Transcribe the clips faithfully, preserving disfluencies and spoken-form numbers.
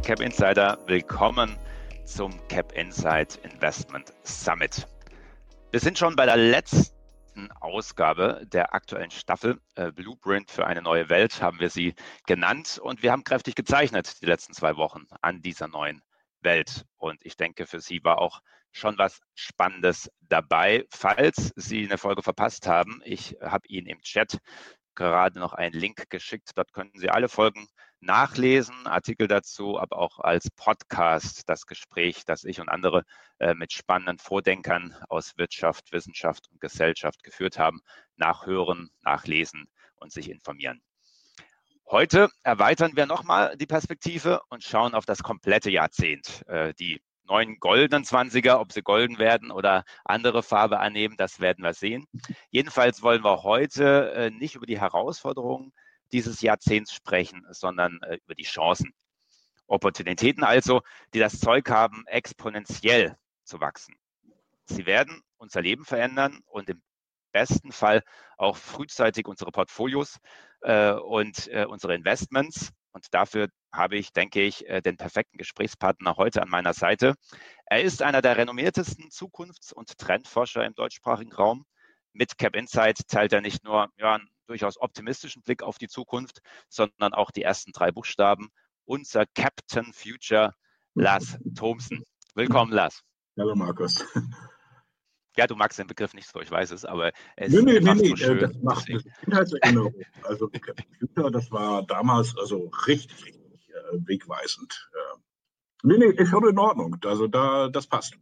Cap Insider, willkommen zum Cap Insight Investment Summit. Wir sind schon bei der letzten Ausgabe der aktuellen Staffel. Äh, Blueprint für eine neue Welt haben wir sie genannt und wir haben kräftig gezeichnet die letzten zwei Wochen an dieser neuen Welt. Und ich denke, für Sie war auch schon was Spannendes dabei. Falls Sie eine Folge verpasst haben, ich habe Ihnen im Chat gerade noch einen Link geschickt. Dort können Sie alle Folgen nachlesen, Artikel dazu, aber auch als Podcast das Gespräch, das ich und andere äh, mit spannenden Vordenkern aus Wirtschaft, Wissenschaft und Gesellschaft geführt haben, nachhören, nachlesen und sich informieren. Heute erweitern wir nochmal die Perspektive und schauen auf das komplette Jahrzehnt. Äh, die neuen goldenen Zwanziger, ob sie golden werden oder andere Farbe annehmen, das werden wir sehen. Jedenfalls wollen wir heute äh, nicht über die Herausforderungen dieses Jahrzehnts sprechen, sondern äh, über die Chancen. Opportunitäten also, die das Zeug haben, exponentiell zu wachsen. Sie werden unser Leben verändern und im besten Fall auch frühzeitig unsere Portfolios äh, und äh, unsere Investments. Und dafür habe ich, denke ich, äh, den perfekten Gesprächspartner heute an meiner Seite. Er ist einer der renommiertesten Zukunfts- und Trendforscher im deutschsprachigen Raum. Mit Cap Insight teilt er nicht nur ja, einen durchaus optimistischen Blick auf die Zukunft, sondern auch die ersten drei Buchstaben. Unser Captain Future, Lars Thomsen. Willkommen, Lars. Hallo, Markus. Ja, du magst den Begriff nicht so, ich weiß es, aber es nee, ist nee, einfach nee, so schön. das macht eine Kindheitserinnerung. Also Computer, das war damals also richtig, richtig äh, wegweisend. Äh, nee, nee, ist schon in Ordnung. Also da, das passt.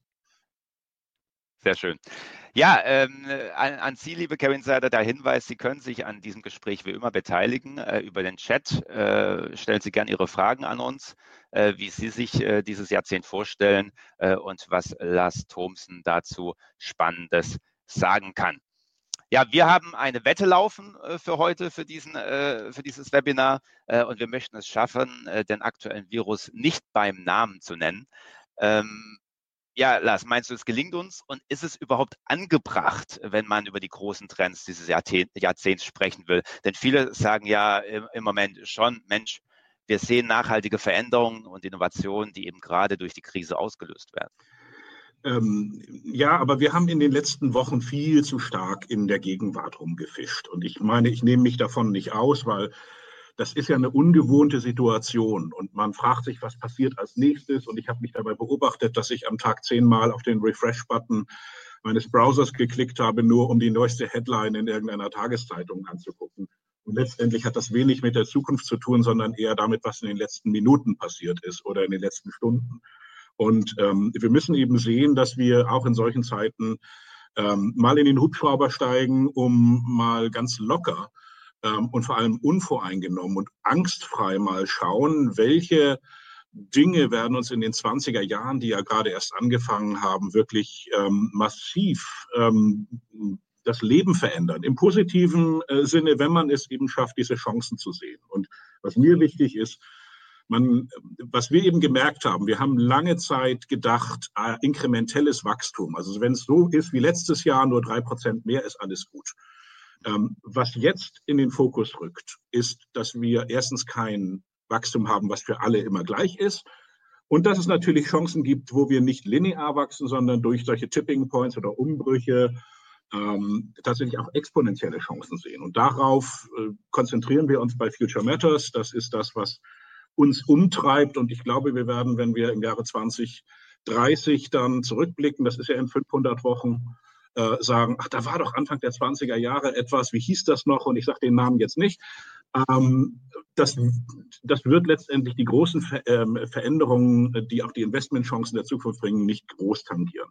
Sehr schön. Ja, ähm, an, an Sie, liebe Cap Insider, der Hinweis, Sie können sich an diesem Gespräch wie immer beteiligen äh, über den Chat. Äh, stellen Sie gerne Ihre Fragen an uns, äh, wie Sie sich äh, dieses Jahrzehnt vorstellen äh, und was Lars Thomsen dazu Spannendes sagen kann. Ja, wir haben eine Wette laufen äh, für heute, für, diesen, äh, für dieses Webinar äh, und wir möchten es schaffen, äh, den aktuellen Virus nicht beim Namen zu nennen. Ähm, Ja, Lars, meinst du, es gelingt uns und ist es überhaupt angebracht, wenn man über die großen Trends dieses Jahrzehnts sprechen will? Denn viele sagen ja im, im Moment schon, Mensch, wir sehen nachhaltige Veränderungen und Innovationen, die eben gerade durch die Krise ausgelöst werden. Ähm, ja, aber wir haben in den letzten Wochen viel zu stark in der Gegenwart rumgefischt. Und ich meine, ich nehme mich davon nicht aus, weil das ist ja eine ungewohnte Situation und man fragt sich, was passiert als nächstes. Und ich habe mich dabei beobachtet, dass ich am Tag zehnmal auf den Refresh-Button meines Browsers geklickt habe, nur um die neueste Headline in irgendeiner Tageszeitung anzugucken. Und letztendlich hat das wenig mit der Zukunft zu tun, sondern eher damit, was in den letzten Minuten passiert ist oder in den letzten Stunden. Und ähm, wir müssen eben sehen, dass wir auch in solchen Zeiten ähm, mal in den Hubschrauber steigen, um mal ganz locker ähm, und vor allem unvoreingenommen und angstfrei mal schauen, welche Dinge werden uns in den zwanziger Jahren, die ja gerade erst angefangen haben, wirklich ähm, massiv ähm, das Leben verändern. Im positiven äh, Sinne, wenn man es eben schafft, diese Chancen zu sehen. Und was mir wichtig ist, man, was wir eben gemerkt haben, wir haben lange Zeit gedacht, äh, inkrementelles Wachstum. Also wenn es so ist wie letztes Jahr, nur drei Prozent mehr, ist alles gut. Ähm, was jetzt in den Fokus rückt, ist, dass wir erstens kein Wachstum haben, was für alle immer gleich ist. Und dass es natürlich Chancen gibt, wo wir nicht linear wachsen, sondern durch solche Tipping Points oder Umbrüche ähm, tatsächlich auch exponentielle Chancen sehen. Und darauf äh, konzentrieren wir uns bei Future Matters. Das ist das, was uns umtreibt. Und ich glaube, wir werden, wenn wir im Jahre zwanzig dreißig dann zurückblicken, das ist ja in fünfhundert Wochen, äh, sagen, ach, da war doch Anfang der zwanziger Jahre etwas, wie hieß das noch? Und ich sage den Namen jetzt nicht. Ähm, das, das wird letztendlich die großen Ver ähm, Veränderungen, die auch die Investmentchancen der Zukunft bringen, nicht groß tangieren.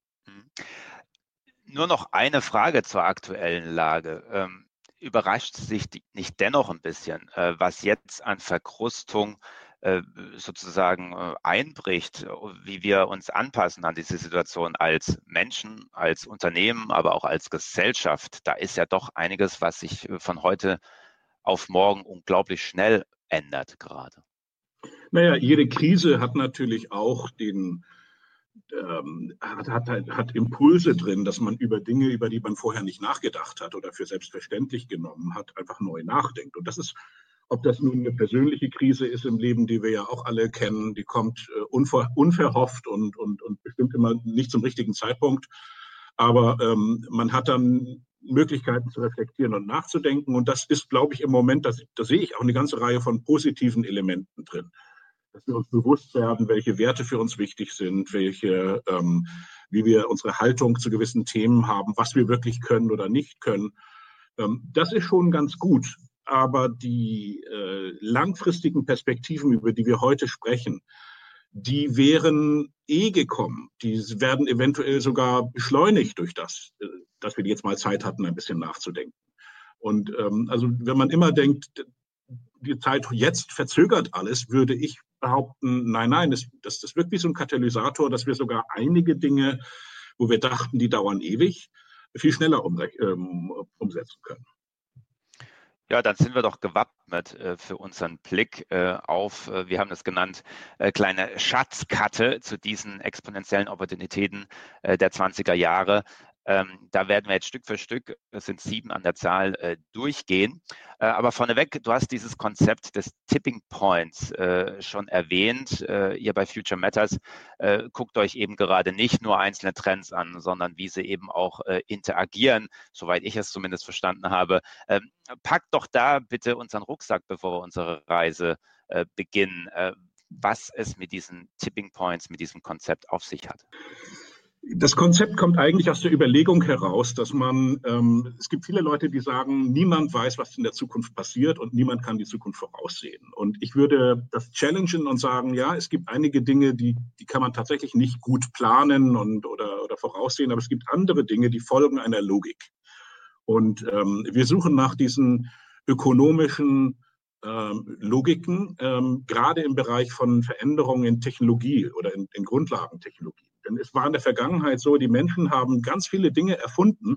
Nur noch eine Frage zur aktuellen Lage. Ähm, überrascht sich die, nicht dennoch ein bisschen, äh, was jetzt an Verkrustung äh, sozusagen äh, einbricht, wie wir uns anpassen an diese Situation als Menschen, als Unternehmen, aber auch als Gesellschaft? Da ist ja doch einiges, was sich von heute auf morgen unglaublich schnell ändert gerade. Naja, jede Krise hat natürlich auch den Ähm, hat, hat, hat Impulse drin, dass man über Dinge, über die man vorher nicht nachgedacht hat oder für selbstverständlich genommen hat, einfach neu nachdenkt. Und das ist ob das nun eine persönliche Krise ist im Leben, die wir ja auch alle kennen, die kommt äh, unver, unverhofft und, und, und bestimmt immer nicht zum richtigen Zeitpunkt. Aber ähm, man hat dann Möglichkeiten zu reflektieren und nachzudenken. Und das ist, glaube ich, im Moment, das, da sehe ich auch eine ganze Reihe von positiven Elementen drin. Dass wir uns bewusst werden, welche Werte für uns wichtig sind, welche, ähm, wie wir unsere Haltung zu gewissen Themen haben, was wir wirklich können oder nicht können. Ähm, das ist schon ganz gut. Aber die äh, langfristigen Perspektiven, über die wir heute sprechen, die wären eh gekommen. Die werden eventuell sogar beschleunigt durch das, äh, dass wir jetzt mal Zeit hatten, ein bisschen nachzudenken. Und ähm, also wenn man immer denkt, die Zeit jetzt verzögert alles, würde ich behaupten, nein, nein, das, das, das wirkt wie so ein Katalysator, dass wir sogar einige Dinge, wo wir dachten, die dauern ewig, viel schneller um, ähm, umsetzen können. Ja, dann sind wir doch gewappnet äh, für unseren Blick äh, auf, äh, wir haben es genannt, äh, kleine Schatzkarte zu diesen exponentiellen Opportunitäten äh, der zwanziger Jahre. Ähm, da werden wir jetzt Stück für Stück, es sind sieben an der Zahl, äh, durchgehen. Äh, aber vorneweg, du hast dieses Konzept des Tipping Points äh, schon erwähnt. Äh, ihr bei Future Matters äh, guckt euch eben gerade nicht nur einzelne Trends an, sondern wie sie eben auch äh, interagieren, soweit ich es zumindest verstanden habe. Ähm, packt doch da bitte unseren Rucksack, bevor wir unsere Reise äh, beginnen, äh, was es mit diesen Tipping Points, mit diesem Konzept auf sich hat. Das Konzept kommt eigentlich aus der Überlegung heraus, dass man, ähm, es gibt viele Leute, die sagen, niemand weiß, was in der Zukunft passiert und niemand kann die Zukunft voraussehen. Und ich würde das challengen und sagen, ja, es gibt einige Dinge, die, die kann man tatsächlich nicht gut planen und, oder, oder voraussehen, aber es gibt andere Dinge, die folgen einer Logik. Und ähm, wir suchen nach diesen ökonomischen ähm, Logiken, ähm, gerade im Bereich von Veränderungen in Technologie oder in, in Grundlagentechnologie. Denn es war in der Vergangenheit so, die Menschen haben ganz viele Dinge erfunden,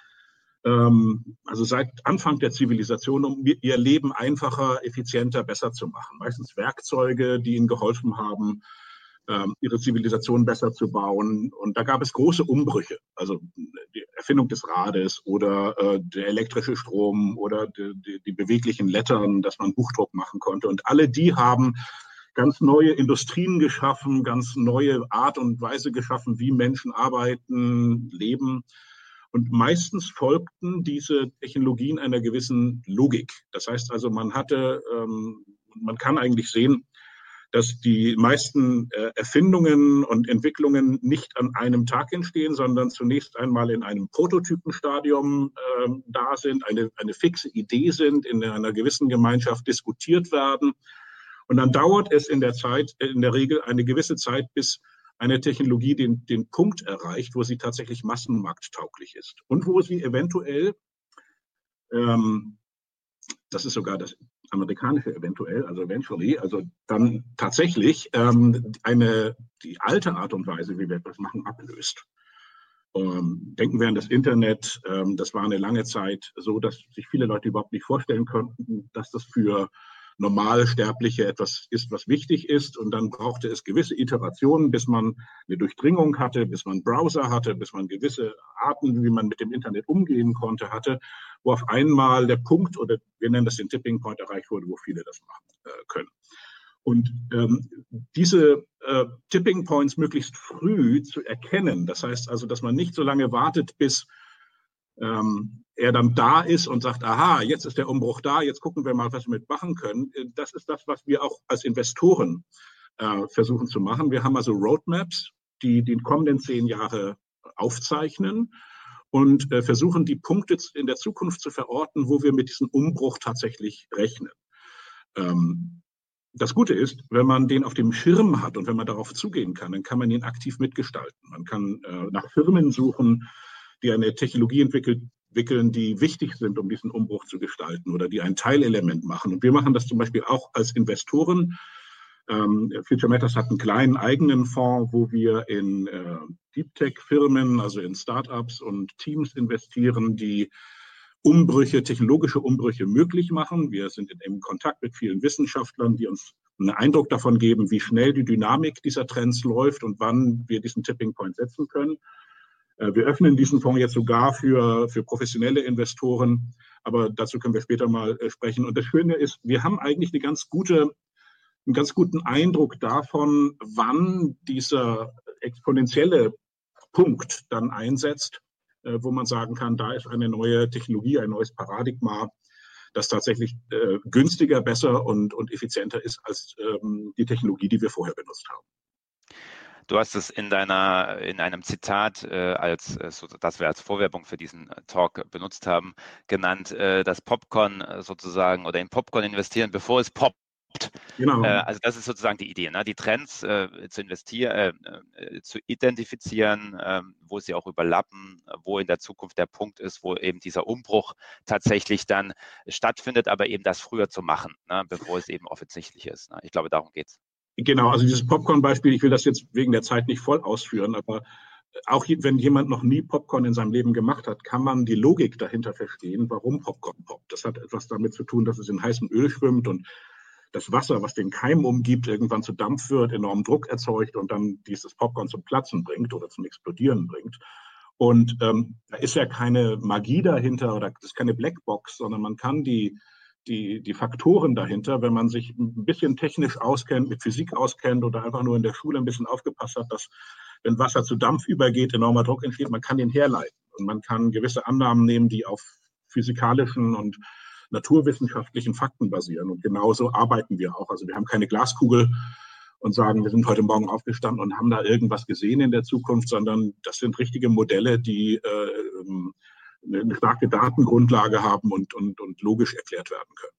ähm, also seit Anfang der Zivilisation, um ihr Leben einfacher, effizienter, besser zu machen. Meistens Werkzeuge, die ihnen geholfen haben, ähm, ihre Zivilisation besser zu bauen. Und da gab es große Umbrüche, also die Erfindung des Rades oder äh, der elektrische Strom oder die, die, die beweglichen Lettern, dass man Buchdruck machen konnte. Und alle die haben ganz neue Industrien geschaffen, ganz neue Art und Weise geschaffen, wie Menschen arbeiten, leben. Und meistens folgten diese Technologien einer gewissen Logik. Das heißt also, man hatte, ähm, man kann eigentlich sehen, dass die meisten äh, Erfindungen und Entwicklungen nicht an einem Tag entstehen, sondern zunächst einmal in einem Prototypenstadium äh, da sind, eine, eine fixe Idee sind, in einer gewissen Gemeinschaft diskutiert werden. Und dann dauert es in der Zeit, in der Regel eine gewisse Zeit, bis eine Technologie den, den Punkt erreicht, wo sie tatsächlich massenmarkttauglich ist und wo sie eventuell, ähm, das ist sogar das amerikanische eventuell, also eventually, also dann tatsächlich ähm, eine, die alte Art und Weise, wie wir etwas machen, ablöst. Ähm, denken wir an das Internet. Ähm, das war eine lange Zeit so, dass sich viele Leute überhaupt nicht vorstellen konnten, dass das für normale Sterbliche etwas ist, was wichtig ist. Und dann brauchte es gewisse Iterationen, bis man eine Durchdringung hatte, bis man Browser hatte, bis man gewisse Arten, wie man mit dem Internet umgehen konnte, hatte, wo auf einmal der Punkt, oder wir nennen das den Tipping Point, erreicht wurde, wo viele das machen äh, können. Und ähm, diese äh, Tipping Points möglichst früh zu erkennen, das heißt also, dass man nicht so lange wartet, bis ähm, er dann da ist und sagt, aha, jetzt ist der Umbruch da, jetzt gucken wir mal, was wir mitmachen können. Das ist das, was wir auch als Investoren äh, versuchen zu machen. Wir haben also Roadmaps, die die kommenden zehn Jahre aufzeichnen und äh, versuchen, die Punkte in der Zukunft zu verorten, wo wir mit diesem Umbruch tatsächlich rechnen. Ähm, Das Gute ist, wenn man den auf dem Schirm hat und wenn man darauf zugehen kann, dann kann man ihn aktiv mitgestalten. Man kann äh, nach Firmen suchen, die eine Technologie entwickeln, die wichtig sind, um diesen Umbruch zu gestalten oder die ein Teilelement machen. Und wir machen das zum Beispiel auch als Investoren. Ähm, Future Matters hat einen kleinen eigenen Fonds, wo wir in äh, Deep Tech-Firmen, also in Startups und Teams investieren, die Umbrüche, technologische Umbrüche möglich machen. Wir sind in engem Kontakt mit vielen Wissenschaftlern, die uns einen Eindruck davon geben, wie schnell die Dynamik dieser Trends läuft und wann wir diesen Tipping Point setzen können. Wir öffnen diesen Fonds jetzt sogar für, für professionelle Investoren, aber dazu können wir später mal sprechen. Und das Schöne ist, wir haben eigentlich eine ganz gute, einen ganz guten Eindruck davon, wann dieser exponentielle Punkt dann einsetzt, wo man sagen kann, da ist eine neue Technologie, ein neues Paradigma, das tatsächlich äh, günstiger, besser und, und effizienter ist als ähm, die Technologie, die wir vorher benutzt haben. Du hast es in deiner, in einem Zitat, äh, als, äh, so, das wir als Vorwerbung für diesen Talk benutzt haben, genannt, äh, das Popcorn äh, sozusagen oder in Popcorn investieren, bevor es poppt. Genau. Äh, also das ist sozusagen die Idee, ne? Die Trends äh, zu investieren, äh, äh, zu identifizieren, äh, wo sie auch überlappen, wo in der Zukunft der Punkt ist, wo eben dieser Umbruch tatsächlich dann stattfindet, aber eben das früher zu machen, ne? Bevor es eben offensichtlich ist. Ne? Ich glaube, darum geht es. Genau, also dieses Popcorn-Beispiel, ich will das jetzt wegen der Zeit nicht voll ausführen, aber auch wenn jemand noch nie Popcorn in seinem Leben gemacht hat, kann man die Logik dahinter verstehen, warum Popcorn poppt. Das hat etwas damit zu tun, dass es in heißem Öl schwimmt und das Wasser, was den Keim umgibt, irgendwann zu Dampf wird, enormen Druck erzeugt und dann dieses Popcorn zum Platzen bringt oder zum Explodieren bringt. Und ähm, da ist ja keine Magie dahinter oder das ist keine Blackbox, sondern man kann die Die, die Faktoren dahinter, wenn man sich ein bisschen technisch auskennt, mit Physik auskennt oder einfach nur in der Schule ein bisschen aufgepasst hat, dass wenn Wasser zu Dampf übergeht, enormer Druck entsteht, man kann den herleiten und man kann gewisse Annahmen nehmen, die auf physikalischen und naturwissenschaftlichen Fakten basieren. Und genauso arbeiten wir auch. Also wir haben keine Glaskugel und sagen, wir sind heute Morgen aufgestanden und haben da irgendwas gesehen in der Zukunft, sondern das sind richtige Modelle, die äh, eine starke Datengrundlage haben und, und, und logisch erklärt werden können.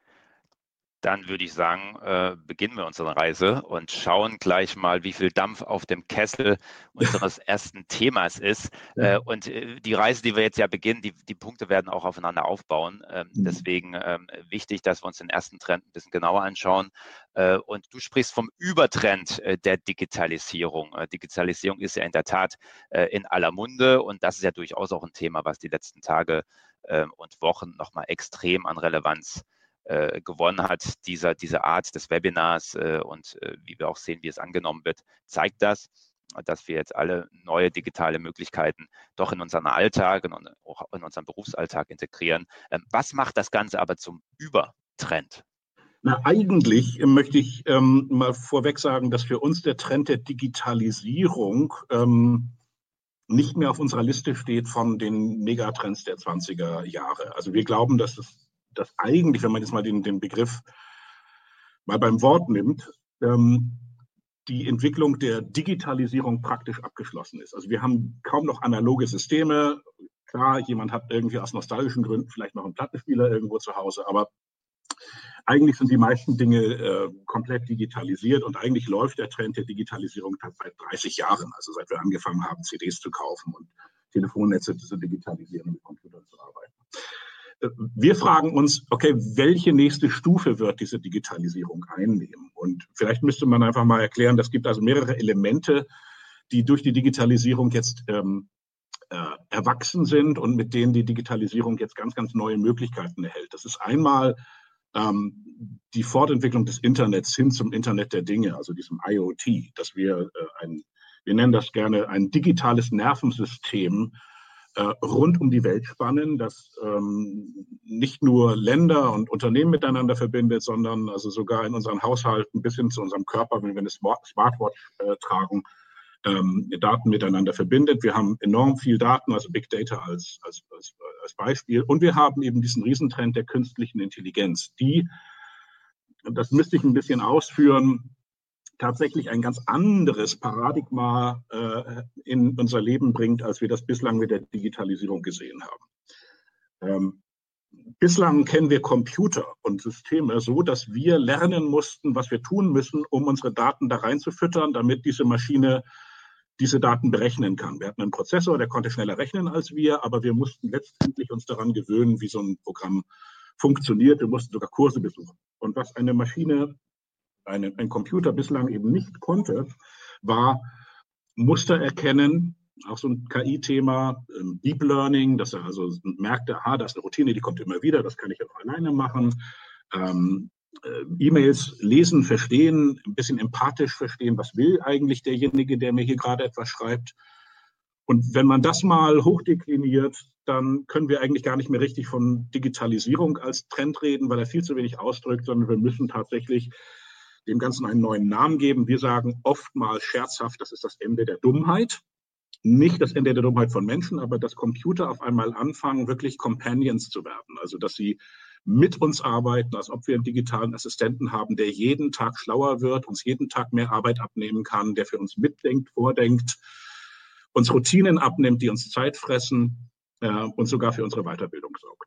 Dann würde ich sagen, äh, beginnen wir unsere Reise und schauen gleich mal, wie viel Dampf auf dem Kessel unseres ersten Themas ist. Ja. Äh, und äh, die Reise, die wir jetzt ja beginnen, die, die Punkte werden auch aufeinander aufbauen. Ähm, mhm. Deswegen ähm, wichtig, dass wir uns den ersten Trend ein bisschen genauer anschauen. Äh, und du sprichst vom Übertrend äh, der Digitalisierung. Äh, Digitalisierung ist ja in der Tat äh, in aller Munde und das ist ja durchaus auch ein Thema, was die letzten Tage äh, und Wochen nochmal extrem an Relevanz Äh, gewonnen hat. Dieser, diese Art des Webinars äh, und äh, wie wir auch sehen, wie es angenommen wird, zeigt das, dass wir jetzt alle neue digitale Möglichkeiten doch in unseren Alltag und auch in unseren Berufsalltag integrieren. Ähm, was macht das Ganze aber zum Übertrend? Na, eigentlich möchte ich ähm, mal vorweg sagen, dass für uns der Trend der Digitalisierung ähm, nicht mehr auf unserer Liste steht von den Megatrends der zwanziger Jahre. Also wir glauben, dass es dass eigentlich, wenn man jetzt mal den, den Begriff mal beim Wort nimmt, ähm, die Entwicklung der Digitalisierung praktisch abgeschlossen ist. Also wir haben kaum noch analoge Systeme. Klar, jemand hat irgendwie aus nostalgischen Gründen vielleicht noch einen Plattenspieler irgendwo zu Hause, aber eigentlich sind die meisten Dinge äh, komplett digitalisiert und eigentlich läuft der Trend der Digitalisierung seit dreißig Jahren, also seit wir angefangen haben, C Ds zu kaufen und Telefonnetze zu digitalisieren und mit Computern zu arbeiten. Wir fragen uns, okay, welche nächste Stufe wird diese Digitalisierung einnehmen? Und vielleicht müsste man einfach mal erklären, es gibt also mehrere Elemente, die durch die Digitalisierung jetzt ähm, äh, erwachsen sind und mit denen die Digitalisierung jetzt ganz, ganz neue Möglichkeiten erhält. Das ist einmal ähm, die Fortentwicklung des Internets hin zum Internet der Dinge, also diesem I O T, dass wir äh, ein, wir nennen das gerne ein digitales Nervensystem rund um die Welt spannen, das ähm, nicht nur Länder und Unternehmen miteinander verbindet, sondern also sogar in unseren Haushalten bis hin zu unserem Körper, wenn wir eine Smartwatch äh, tragen, ähm, Daten miteinander verbindet. Wir haben enorm viel Daten, also Big Data als, als, als, als Beispiel. Und wir haben eben diesen Riesentrend der künstlichen Intelligenz, die, das müsste ich ein bisschen ausführen, tatsächlich ein ganz anderes Paradigma äh, in unser Leben bringt, als wir das bislang mit der Digitalisierung gesehen haben. Ähm, bislang kennen wir Computer und Systeme so, dass wir lernen mussten, was wir tun müssen, um unsere Daten da reinzufüttern, damit diese Maschine diese Daten berechnen kann. Wir hatten einen Prozessor, der konnte schneller rechnen als wir, aber wir mussten letztendlich uns daran gewöhnen, wie so ein Programm funktioniert. Wir mussten sogar Kurse besuchen. Und was eine Maschine Eine, ein Computer bislang eben nicht konnte, war Muster erkennen, auch so ein K I-Thema, ähm, Deep Learning, dass er also merkte, aha, das ist eine Routine, die kommt immer wieder, das kann ich auch alleine machen. Ähm, äh, E-Mails lesen, verstehen, ein bisschen empathisch verstehen, was will eigentlich derjenige, der mir hier gerade etwas schreibt. Und wenn man das mal hochdekliniert, dann können wir eigentlich gar nicht mehr richtig von Digitalisierung als Trend reden, weil er viel zu wenig ausdrückt, sondern wir müssen tatsächlich dem Ganzen einen neuen Namen geben. Wir sagen oftmals scherzhaft, das ist das Ende der Dummheit. Nicht das Ende der Dummheit von Menschen, aber dass Computer auf einmal anfangen, wirklich Companions zu werden. Also dass sie mit uns arbeiten, als ob wir einen digitalen Assistenten haben, der jeden Tag schlauer wird, uns jeden Tag mehr Arbeit abnehmen kann, der für uns mitdenkt, vordenkt, uns Routinen abnimmt, die uns Zeit fressen äh, und sogar für unsere Weiterbildung sorgt.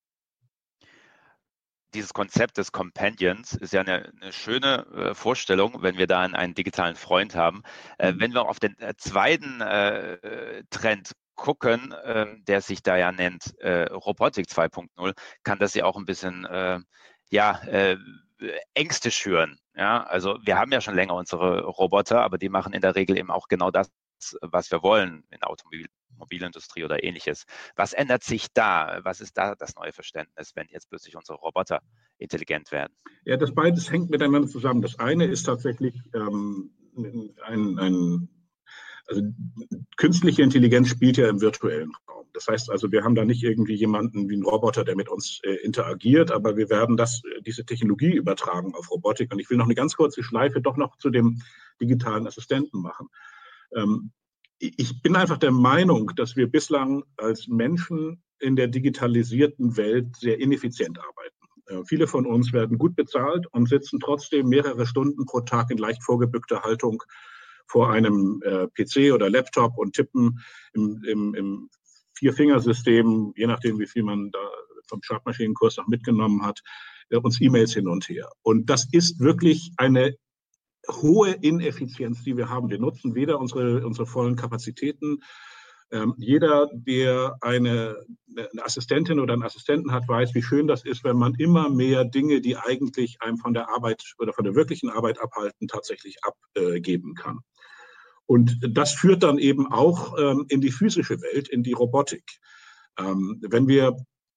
Dieses Konzept des Companions ist ja eine, eine schöne äh, Vorstellung, wenn wir da einen, einen digitalen Freund haben. Äh, mhm. Wenn wir auf den äh, zweiten äh, Trend gucken, äh, der sich da ja nennt äh, Robotik zwei Punkt null, kann das ja auch ein bisschen äh, ja, äh, Ängste schüren. Ja? Also wir haben ja schon länger unsere Roboter, aber die machen in der Regel eben auch genau das, was wir wollen in der Automobilindustrie oder ähnliches. Was ändert sich da? Was ist da das neue Verständnis, wenn jetzt plötzlich unsere Roboter intelligent werden? Ja, das beides hängt miteinander zusammen. Das eine ist tatsächlich ähm, ein, ein also künstliche Intelligenz spielt ja im virtuellen Raum. Das heißt also, wir haben da nicht irgendwie jemanden wie einen Roboter, der mit uns äh, interagiert, aber wir werden das, diese Technologie übertragen auf Robotik. Und ich will noch eine ganz kurze Schleife doch noch zu dem digitalen Assistenten machen. Ähm, ich bin einfach der Meinung, dass wir bislang als Menschen in der digitalisierten Welt sehr ineffizient arbeiten. Äh, viele von uns werden gut bezahlt und sitzen trotzdem mehrere Stunden pro Tag in leicht vorgebückter Haltung vor einem äh, P C oder Laptop und tippen im, im, im Vier-Fingersystem, je nachdem, wie viel man da vom Schreibmaschinenkurs noch mitgenommen hat, äh, uns E-Mails hin und her. Und das ist wirklich eine hohe Ineffizienz, die wir haben. Wir nutzen weder unsere, unsere vollen Kapazitäten. Ähm, jeder, der eine, eine Assistentin oder einen Assistenten hat, weiß, wie schön das ist, wenn man immer mehr Dinge, die eigentlich einem von der Arbeit oder von der wirklichen Arbeit abhalten, tatsächlich abgeben kann. Und das führt dann eben auch ähm, in die physische Welt, in die Robotik. Ähm, wenn wir,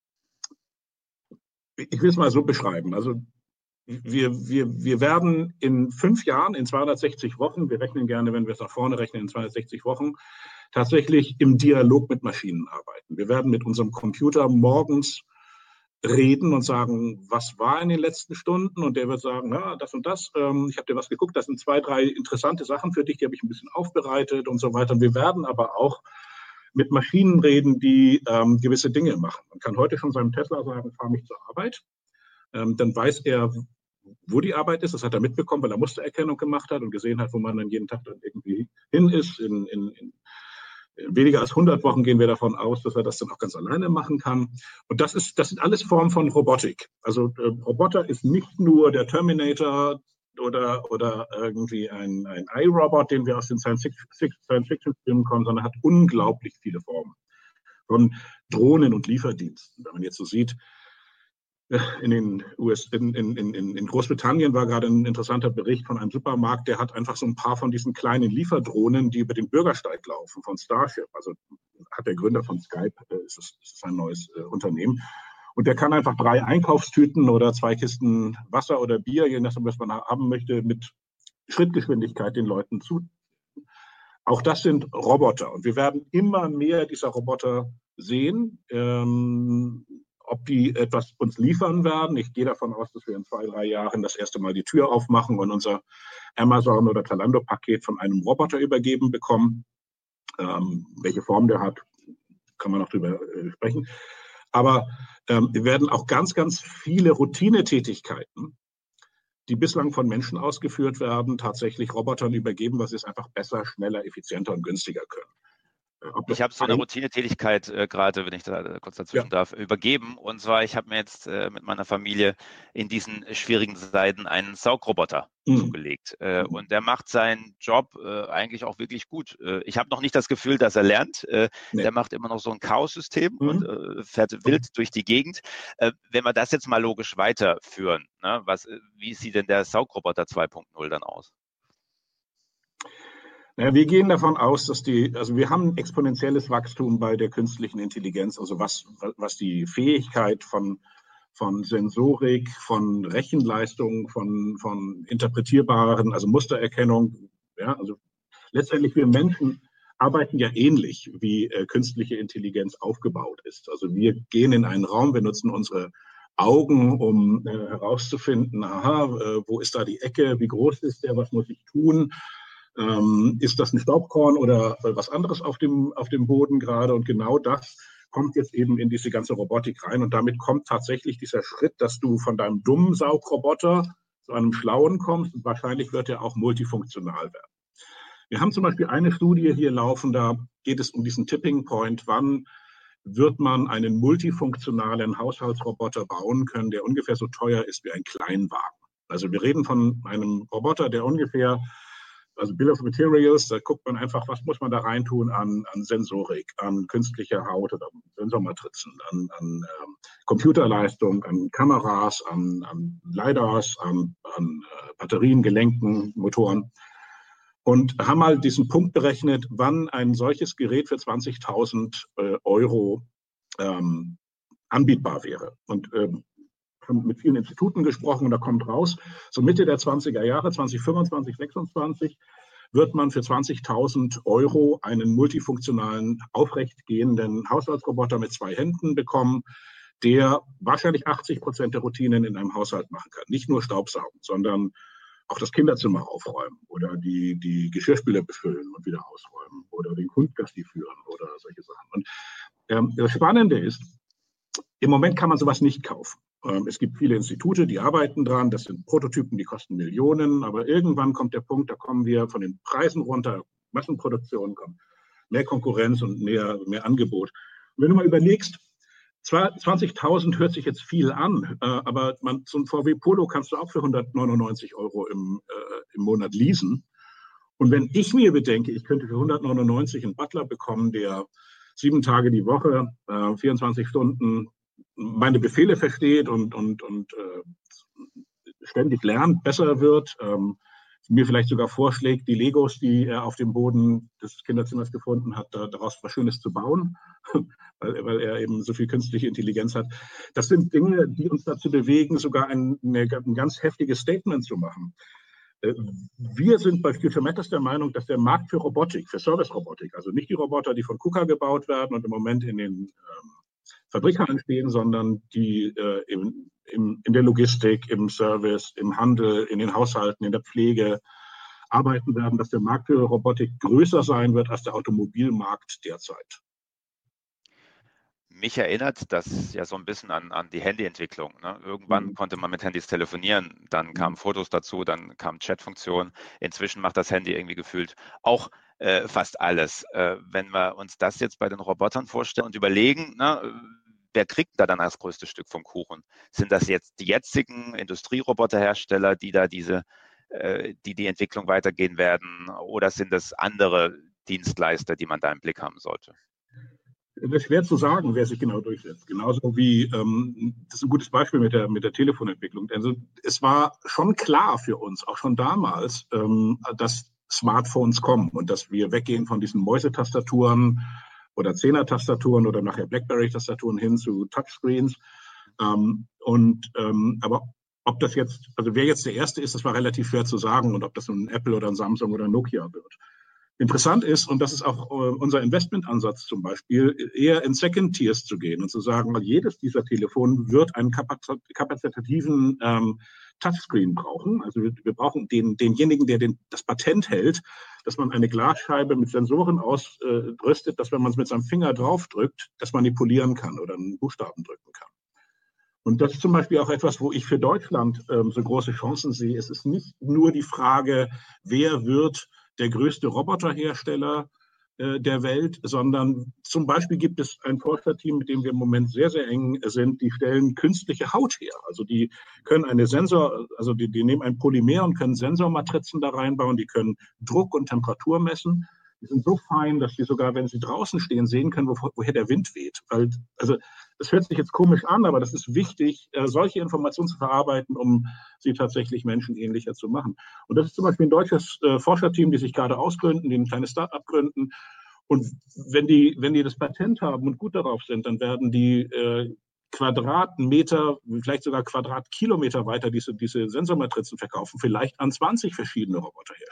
ich will es mal so beschreiben, also wir, wir, wir werden in fünf Jahren, in zweihundertsechzig Wochen, wir rechnen gerne, wenn wir es nach vorne rechnen, in zweihundertsechzig Wochen, tatsächlich im Dialog mit Maschinen arbeiten. Wir werden mit unserem Computer morgens reden und sagen, was war in den letzten Stunden? Und der wird sagen, na, das und das, ähm, ich habe dir was geguckt, das sind zwei, drei interessante Sachen für dich, die habe ich ein bisschen aufbereitet und so weiter. Und wir werden aber auch mit Maschinen reden, die ähm, gewisse Dinge machen. Man kann heute schon seinem Tesla sagen, fahr mich zur Arbeit. Ähm, dann weiß er, wo die Arbeit ist. Das hat er mitbekommen, weil er Mustererkennung gemacht hat und gesehen hat, wo man dann jeden Tag dann irgendwie hin ist. In, in, in weniger als hundert Wochen gehen wir davon aus, dass er das dann auch ganz alleine machen kann. Und das ist, das sind alles Formen von Robotik. Also äh, Roboter ist nicht nur der Terminator oder, oder irgendwie ein, ein iRobot, den wir aus den Science-Fiction-Filmen kommen, sondern hat unglaublich viele Formen. Von Drohnen und Lieferdiensten. Wenn man jetzt so sieht, in, den U S, in, in, in, in Großbritannien war gerade ein interessanter Bericht von einem Supermarkt, der hat einfach so ein paar von diesen kleinen Lieferdrohnen, die über den Bürgersteig laufen, von Starship. Also hat der Gründer von Skype, äh, ist, das, ist ein neues äh, Unternehmen. Und der kann einfach drei Einkaufstüten oder zwei Kisten Wasser oder Bier, je nachdem, was man haben möchte, mit Schrittgeschwindigkeit den Leuten zu. Auch das sind Roboter. Und wir werden immer mehr dieser Roboter sehen. Ähm, Ob die etwas uns liefern werden. Ich gehe davon aus, dass wir in zwei, drei Jahren das erste Mal die Tür aufmachen und unser Amazon- oder Zalando-Paket von einem Roboter übergeben bekommen. Ähm, welche Form der hat, kann man noch drüber äh, sprechen. Aber ähm, wir werden auch ganz, ganz viele Routinetätigkeiten, die bislang von Menschen ausgeführt werden, tatsächlich Robotern übergeben, was sie es einfach besser, schneller, effizienter und günstiger können. Ich habe so eine Routinetätigkeit äh, gerade, wenn ich da äh, kurz dazwischen ja. darf, übergeben. Und zwar, ich habe mir jetzt äh, mit meiner Familie in diesen schwierigen Zeiten einen Saugroboter mhm. zugelegt. Äh, mhm. Und der macht seinen Job äh, eigentlich auch wirklich gut. Äh, ich habe noch nicht das Gefühl, dass er lernt. Äh, nee. Der macht immer noch so ein Chaos-System mhm. und äh, fährt wild mhm. durch die Gegend. Äh, wenn wir das jetzt mal logisch weiterführen, ne, was, wie sieht denn der Saugroboter zwei Punkt null dann aus? Naja, wir gehen davon aus, dass die, also wir haben exponentielles Wachstum bei der künstlichen Intelligenz, also was, was die Fähigkeit von, von Sensorik, von Rechenleistung, von, von interpretierbaren, also Mustererkennung, ja, also letztendlich wir Menschen arbeiten ja ähnlich, wie äh, künstliche Intelligenz aufgebaut ist. Also wir gehen in einen Raum, wir nutzen unsere Augen, um äh, herauszufinden, aha, äh, wo ist da die Ecke, wie groß ist der, was muss ich tun, ähm, ist das ein Staubkorn oder äh, was anderes auf dem, auf dem Boden gerade, und genau das kommt jetzt eben in diese ganze Robotik rein, und damit kommt tatsächlich dieser Schritt, dass du von deinem dummen Saugroboter zu einem schlauen kommst, und wahrscheinlich wird er auch multifunktional werden. Wir haben zum Beispiel eine Studie hier laufen, da geht es um diesen Tipping Point, wann wird man einen multifunktionalen Haushaltsroboter bauen können, der ungefähr so teuer ist wie ein Kleinwagen. Also wir reden von einem Roboter, der ungefähr, also Bill of Materials, da guckt man einfach, was muss man da reintun an, an Sensorik, an künstlicher Haut oder Sensormatrizen, an, an ähm, Computerleistung, an Kameras, an, an LiDARs, an, an äh, Batterien, Gelenken, Motoren. Und haben mal diesen Punkt berechnet, wann ein solches Gerät für zwanzigtausend äh, Euro ähm, anbietbar wäre. Und ähm, haben mit vielen Instituten gesprochen, und da kommt raus, so Mitte der zwanziger Jahre, zwanzig fünfundzwanzig, sechsundzwanzig, wird man für zwanzigtausend Euro einen multifunktionalen, aufrechtgehenden Haushaltsroboter mit zwei Händen bekommen, der wahrscheinlich achtzig Prozent der Routinen in einem Haushalt machen kann. Nicht nur Staubsaugen, sondern auch das Kinderzimmer aufräumen oder die, die Geschirrspüler befüllen und wieder ausräumen oder den Hund Gassi führen oder solche Sachen. Und ähm, das Spannende ist, im Moment kann man sowas nicht kaufen. Ähm, es gibt viele Institute, die arbeiten dran. Das sind Prototypen, die kosten Millionen. Aber irgendwann kommt der Punkt, da kommen wir von den Preisen runter, Massenproduktion kommt, mehr Konkurrenz und mehr, mehr Angebot. Und wenn du mal überlegst, zwanzigtausend hört sich jetzt viel an, äh, aber man, so ein V W Polo kannst du auch für hundertneunundneunzig Euro im, äh, im Monat leasen. Und wenn ich mir bedenke, ich könnte für hundertneunundneunzig einen Butler bekommen, der sieben Tage die Woche, äh, vierundzwanzig Stunden meine Befehle versteht und, und, und äh, ständig lernt, besser wird, ähm, mir vielleicht sogar vorschlägt, die Legos, die er auf dem Boden des Kinderzimmers gefunden hat, daraus was Schönes zu bauen, weil, weil er eben so viel künstliche Intelligenz hat. Das sind Dinge, die uns dazu bewegen, sogar ein, eine, ein ganz heftiges Statement zu machen. Wir sind bei Future Matters der Meinung, dass der Markt für Robotik, für Service-Robotik, also nicht die Roboter, die von KUKA gebaut werden und im Moment in den ähm, Fabrikhallen stehen, sondern die äh, im, im, in der Logistik, im Service, im Handel, in den Haushalten, in der Pflege arbeiten werden, dass der Markt für Robotik größer sein wird als der Automobilmarkt derzeit. Mich erinnert das ja so ein bisschen an, an die Handyentwicklung. Ne? Irgendwann mhm. konnte man mit Handys telefonieren, dann kamen Fotos dazu, dann kam Chatfunktion. Inzwischen macht das Handy irgendwie gefühlt auch äh, fast alles. Äh, wenn wir uns das jetzt bei den Robotern vorstellen und überlegen, ne, wer kriegt da dann das größte Stück vom Kuchen? Sind das jetzt die jetzigen Industrieroboterhersteller, die da diese, äh, die die Entwicklung weitergehen werden, oder sind es andere Dienstleister, die man da im Blick haben sollte? Das ist schwer zu sagen, wer sich genau durchsetzt. Genauso wie, ähm, das ist ein gutes Beispiel mit der, mit der Telefonentwicklung. Also es war schon klar für uns, auch schon damals, ähm, dass Smartphones kommen und dass wir weggehen von diesen Mäusetastaturen oder Zehner-Tastaturen oder nachher Blackberry-Tastaturen hin zu Touchscreens. Ähm, und, ähm, aber ob das jetzt, also wer jetzt der Erste ist, das war relativ schwer zu sagen, und ob das nun ein Apple oder ein Samsung oder ein Nokia wird. Interessant ist, und das ist auch äh, unser Investmentansatz zum Beispiel, eher in Second Tiers zu gehen und zu sagen, jedes dieser Telefone wird einen kapazitativen ähm, Touchscreen brauchen. Also wir, wir brauchen den, denjenigen, der den, das Patent hält, dass man eine Glasscheibe mit Sensoren ausrüstet, dass wenn man es mit seinem Finger draufdrückt, das manipulieren kann oder einen Buchstaben drücken kann. Und das ist zum Beispiel auch etwas, wo ich für Deutschland ähm, so große Chancen sehe. Es ist nicht nur die Frage, wer wird der größte Roboterhersteller äh, der Welt, sondern zum Beispiel gibt es ein Forscherteam, mit dem wir im Moment sehr, sehr eng sind, die stellen künstliche Haut her. Also die können eine Sensor, also die, die nehmen ein Polymer und können Sensormatrizen da reinbauen, die können Druck und Temperatur messen. Die sind so fein, dass sie sogar, wenn sie draußen stehen, sehen können, wo, woher der Wind weht. Weil, also das hört sich jetzt komisch an, aber das ist wichtig, äh, solche Informationen zu verarbeiten, um sie tatsächlich menschenähnlicher zu machen. Und das ist zum Beispiel ein deutsches äh, Forscherteam, die sich gerade ausgründen, die ein kleines Start-up gründen. Und wenn die, wenn die das Patent haben und gut darauf sind, dann werden die äh, Quadratmeter, vielleicht sogar Quadratkilometer weiter diese, diese Sensormatrizen verkaufen, vielleicht an zwanzig verschiedene Roboterhersteller.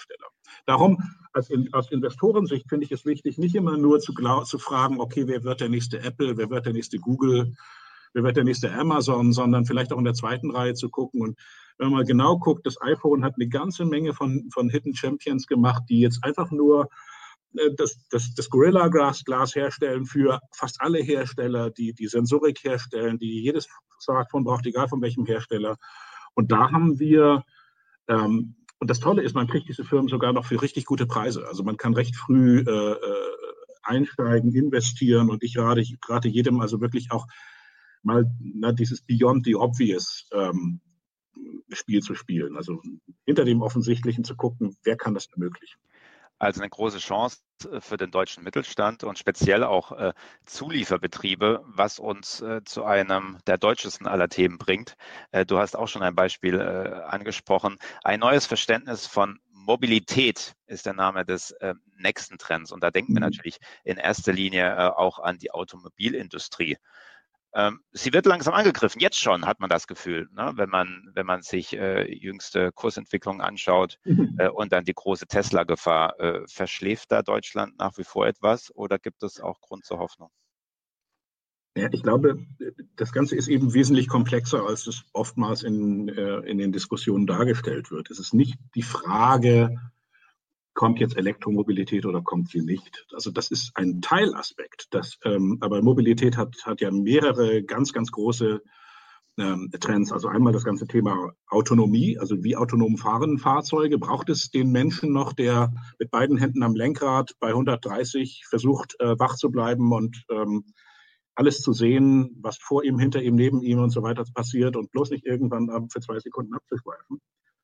Darum, als in, aus Investorensicht finde ich es wichtig, nicht immer nur zu, zu fragen, okay, wer wird der nächste Apple, wer wird der nächste Google, wer wird der nächste Amazon, sondern vielleicht auch in der zweiten Reihe zu gucken. Und wenn man mal genau guckt, das iPhone hat eine ganze Menge von, von Hidden Champions gemacht, die jetzt einfach nur äh, das, das, das Gorilla Glass, Glas herstellen für fast alle Hersteller, die die Sensorik herstellen, die jedes Smartphone braucht, egal von welchem Hersteller. Und da haben wir, ähm, und das Tolle ist, man kriegt diese Firmen sogar noch für richtig gute Preise. Also man kann recht früh äh, einsteigen, investieren und ich rate, ich rate jedem also wirklich auch mal na, dieses Beyond the Obvious ähm, Spiel zu spielen. Also hinter dem Offensichtlichen zu gucken, wer kann das ermöglichen. Also eine große Chance für den deutschen Mittelstand und speziell auch äh, Zulieferbetriebe, was uns äh, zu einem der deutschesten aller Themen bringt. Äh, du hast auch schon ein Beispiel äh, angesprochen. Ein neues Verständnis von Mobilität ist der Name des äh, nächsten Trends. Und da denken wir natürlich in erster Linie äh, auch an die Automobilindustrie. Ähm, sie wird langsam angegriffen. Jetzt schon hat man das Gefühl, ne? wenn man, wenn man sich äh, jüngste Kursentwicklungen anschaut äh, und dann die große Tesla-Gefahr. Äh, verschläft da Deutschland nach wie vor etwas oder gibt es auch Grund zur Hoffnung? Ja, ich glaube, das Ganze ist eben wesentlich komplexer, als es oftmals in, äh, in den Diskussionen dargestellt wird. Es ist nicht die Frage, kommt jetzt Elektromobilität oder kommt sie nicht? Also das ist ein Teilaspekt. Das, ähm, aber Mobilität hat, hat ja mehrere ganz, ganz große ähm, Trends. Also einmal das ganze Thema Autonomie, also wie autonom fahren Fahrzeuge. Braucht es den Menschen noch, der mit beiden Händen am Lenkrad bei hundertdreißig versucht, äh, wach zu bleiben und ähm, alles zu sehen, was vor ihm, hinter ihm, neben ihm und so weiter passiert und bloß nicht irgendwann für zwei Sekunden abzuschweifen?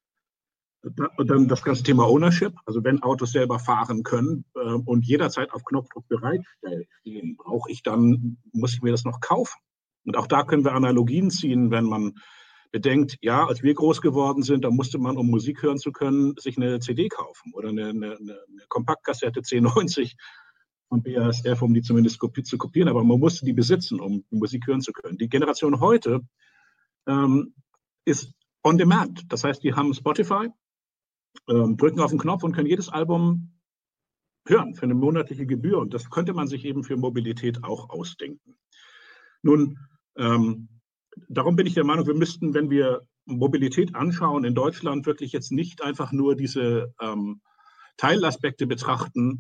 Und dann das ganze Thema Ownership, also wenn Autos selber fahren können äh, und jederzeit auf Knopfdruck bereitstehen, brauche ich dann, muss ich mir das noch kaufen? Und auch da können wir Analogien ziehen, wenn man bedenkt, ja, als wir groß geworden sind, da musste man, um Musik hören zu können, sich eine C D kaufen oder eine, eine, eine Kompaktkassette zehn neunzig von B A S F, um die zumindest kopi zu kopieren, aber man musste die besitzen, um Musik hören zu können. Die Generation heute ähm, ist on demand. Das heißt, die haben Spotify, ähm, drücken auf den Knopf und können jedes Album hören für eine monatliche Gebühr. Und das könnte man sich eben für Mobilität auch ausdenken. Nun, ähm, darum bin ich der Meinung, wir müssten, wenn wir Mobilität anschauen, in Deutschland wirklich jetzt nicht einfach nur diese ähm, Teilaspekte betrachten,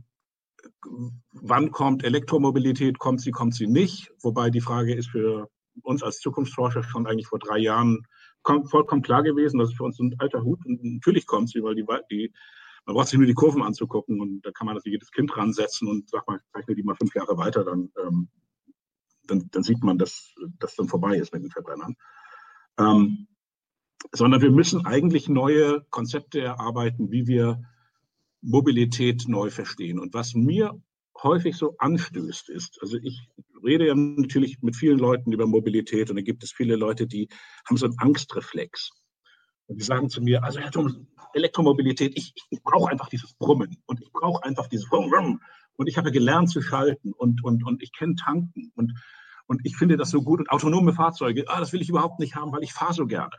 wann kommt Elektromobilität, kommt sie, kommt sie nicht. Wobei die Frage ist für uns als Zukunftsforscher schon eigentlich vor drei Jahren vollkommen klar gewesen, das ist für uns ein alter Hut. Und natürlich kommt sie, weil die, die, man braucht sich nur die Kurven anzugucken und da kann man das jedes Kind ransetzen und sagt mal, zeichne die mal fünf Jahre weiter, dann, ähm, dann, dann sieht man, dass das dann vorbei ist mit den Verbrennern. Ähm, sondern wir müssen eigentlich neue Konzepte erarbeiten, wie wir Mobilität neu verstehen. Und was mir häufig so anstößt, ist, also ich rede ja natürlich mit vielen Leuten über Mobilität und da gibt es viele Leute, die haben so einen Angstreflex. Und die sagen zu mir, also Herr Thomas, Elektromobilität, ich, ich brauche einfach dieses Brummen und ich brauche einfach dieses Rum, Rum. Und ich habe gelernt zu schalten und, und, und ich kenne Tanken und, und ich finde das so gut. Und autonome Fahrzeuge, ah, das will ich überhaupt nicht haben, weil ich fahre so gerne.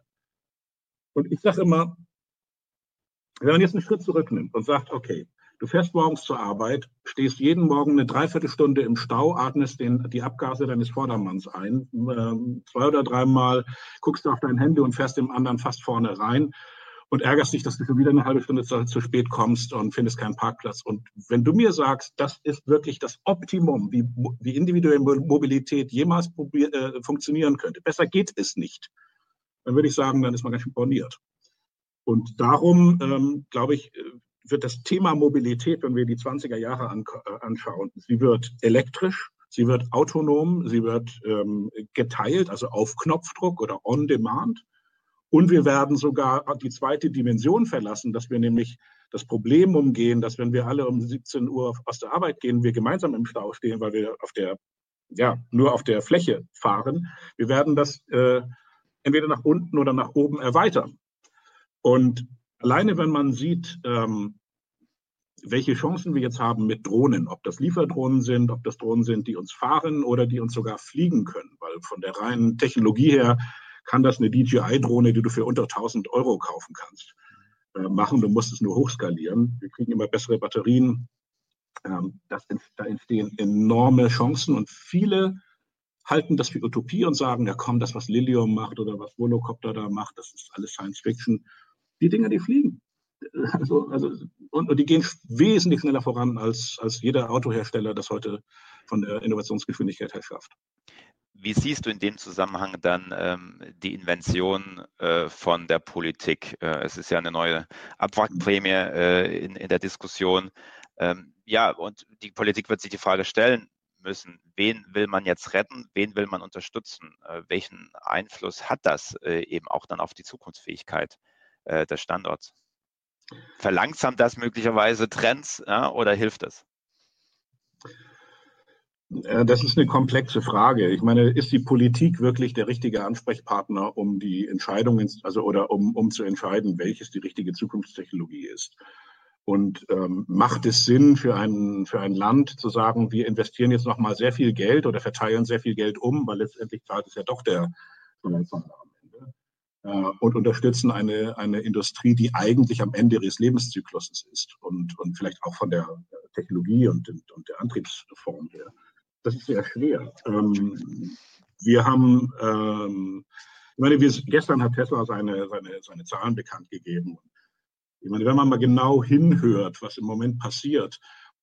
Und ich sage immer, wenn man jetzt einen Schritt zurücknimmt und sagt, okay, du fährst morgens zur Arbeit, stehst jeden Morgen eine Dreiviertelstunde im Stau, atmest den, die Abgase deines Vordermanns ein, äh, zwei oder dreimal guckst du auf dein Handy und fährst dem anderen fast vorne rein und ärgerst dich, dass du schon wieder eine halbe Stunde zu, zu spät kommst und findest keinen Parkplatz. Und wenn du mir sagst, das ist wirklich das Optimum, wie, wie individuelle Mobilität jemals probier, äh, funktionieren könnte, besser geht es nicht, dann würde ich sagen, dann ist man ganz schön borniert. Und darum, ähm, glaube ich, wird das Thema Mobilität, wenn wir die zwanziger Jahre an, äh, anschauen, sie wird elektrisch, sie wird autonom, sie wird ähm, geteilt, also auf Knopfdruck oder on demand. Und wir werden sogar die zweite Dimension verlassen, dass wir nämlich das Problem umgehen, dass wenn wir alle um siebzehn Uhr aus der Arbeit gehen, wir gemeinsam im Stau stehen, weil wir auf der, ja, nur auf der Fläche fahren. Wir werden das äh, entweder nach unten oder nach oben erweitern. Und alleine, wenn man sieht, ähm, welche Chancen wir jetzt haben mit Drohnen, ob das Lieferdrohnen sind, ob das Drohnen sind, die uns fahren oder die uns sogar fliegen können, weil von der reinen Technologie her kann das eine D J I-Drohne, die du für unter tausend Euro kaufen kannst. äh, machen. Du musst es nur hochskalieren. Wir kriegen immer bessere Batterien. Ähm, das, da entstehen enorme Chancen und viele halten das für Utopie und sagen, ja komm, das, was Lilium macht oder was Volocopter da macht, das ist alles Science Fiction. Die Dinger, die fliegen. Also, also, und, und die gehen wesentlich schneller voran, als, als jeder Autohersteller das heute von der Innovationsgeschwindigkeit her schafft. Wie siehst du in dem Zusammenhang dann ähm, die Invention äh, von der Politik? Äh, es ist ja eine neue Abwrackprämie äh, in, in der Diskussion. Ähm, ja, und die Politik wird sich die Frage stellen müssen, wen will man jetzt retten, wen will man unterstützen? Äh, welchen Einfluss hat das äh, eben auch dann auf die Zukunftsfähigkeit äh, des Standorts? Verlangsamt das möglicherweise Trends, ja, oder hilft es? Das ist eine komplexe Frage. Ich meine, ist die Politik wirklich der richtige Ansprechpartner, um die Entscheidungen, also oder um, um zu entscheiden, welches die richtige Zukunftstechnologie ist? Und ähm, macht es Sinn für ein, für ein Land zu sagen, wir investieren jetzt nochmal sehr viel Geld oder verteilen sehr viel Geld um, weil letztendlich zahlt es ja doch der Steuerzahler am Ende, äh, und unterstützen eine, eine Industrie, die eigentlich am Ende ihres Lebenszykluses ist und, und vielleicht auch von der Technologie und, und der Antriebsform her. Das ist sehr schwer. Ähm, wir haben, ähm, ich meine, wir, gestern hat Tesla seine, seine, seine Zahlen bekannt gegeben. Ich meine, wenn man mal genau hinhört, was im Moment passiert,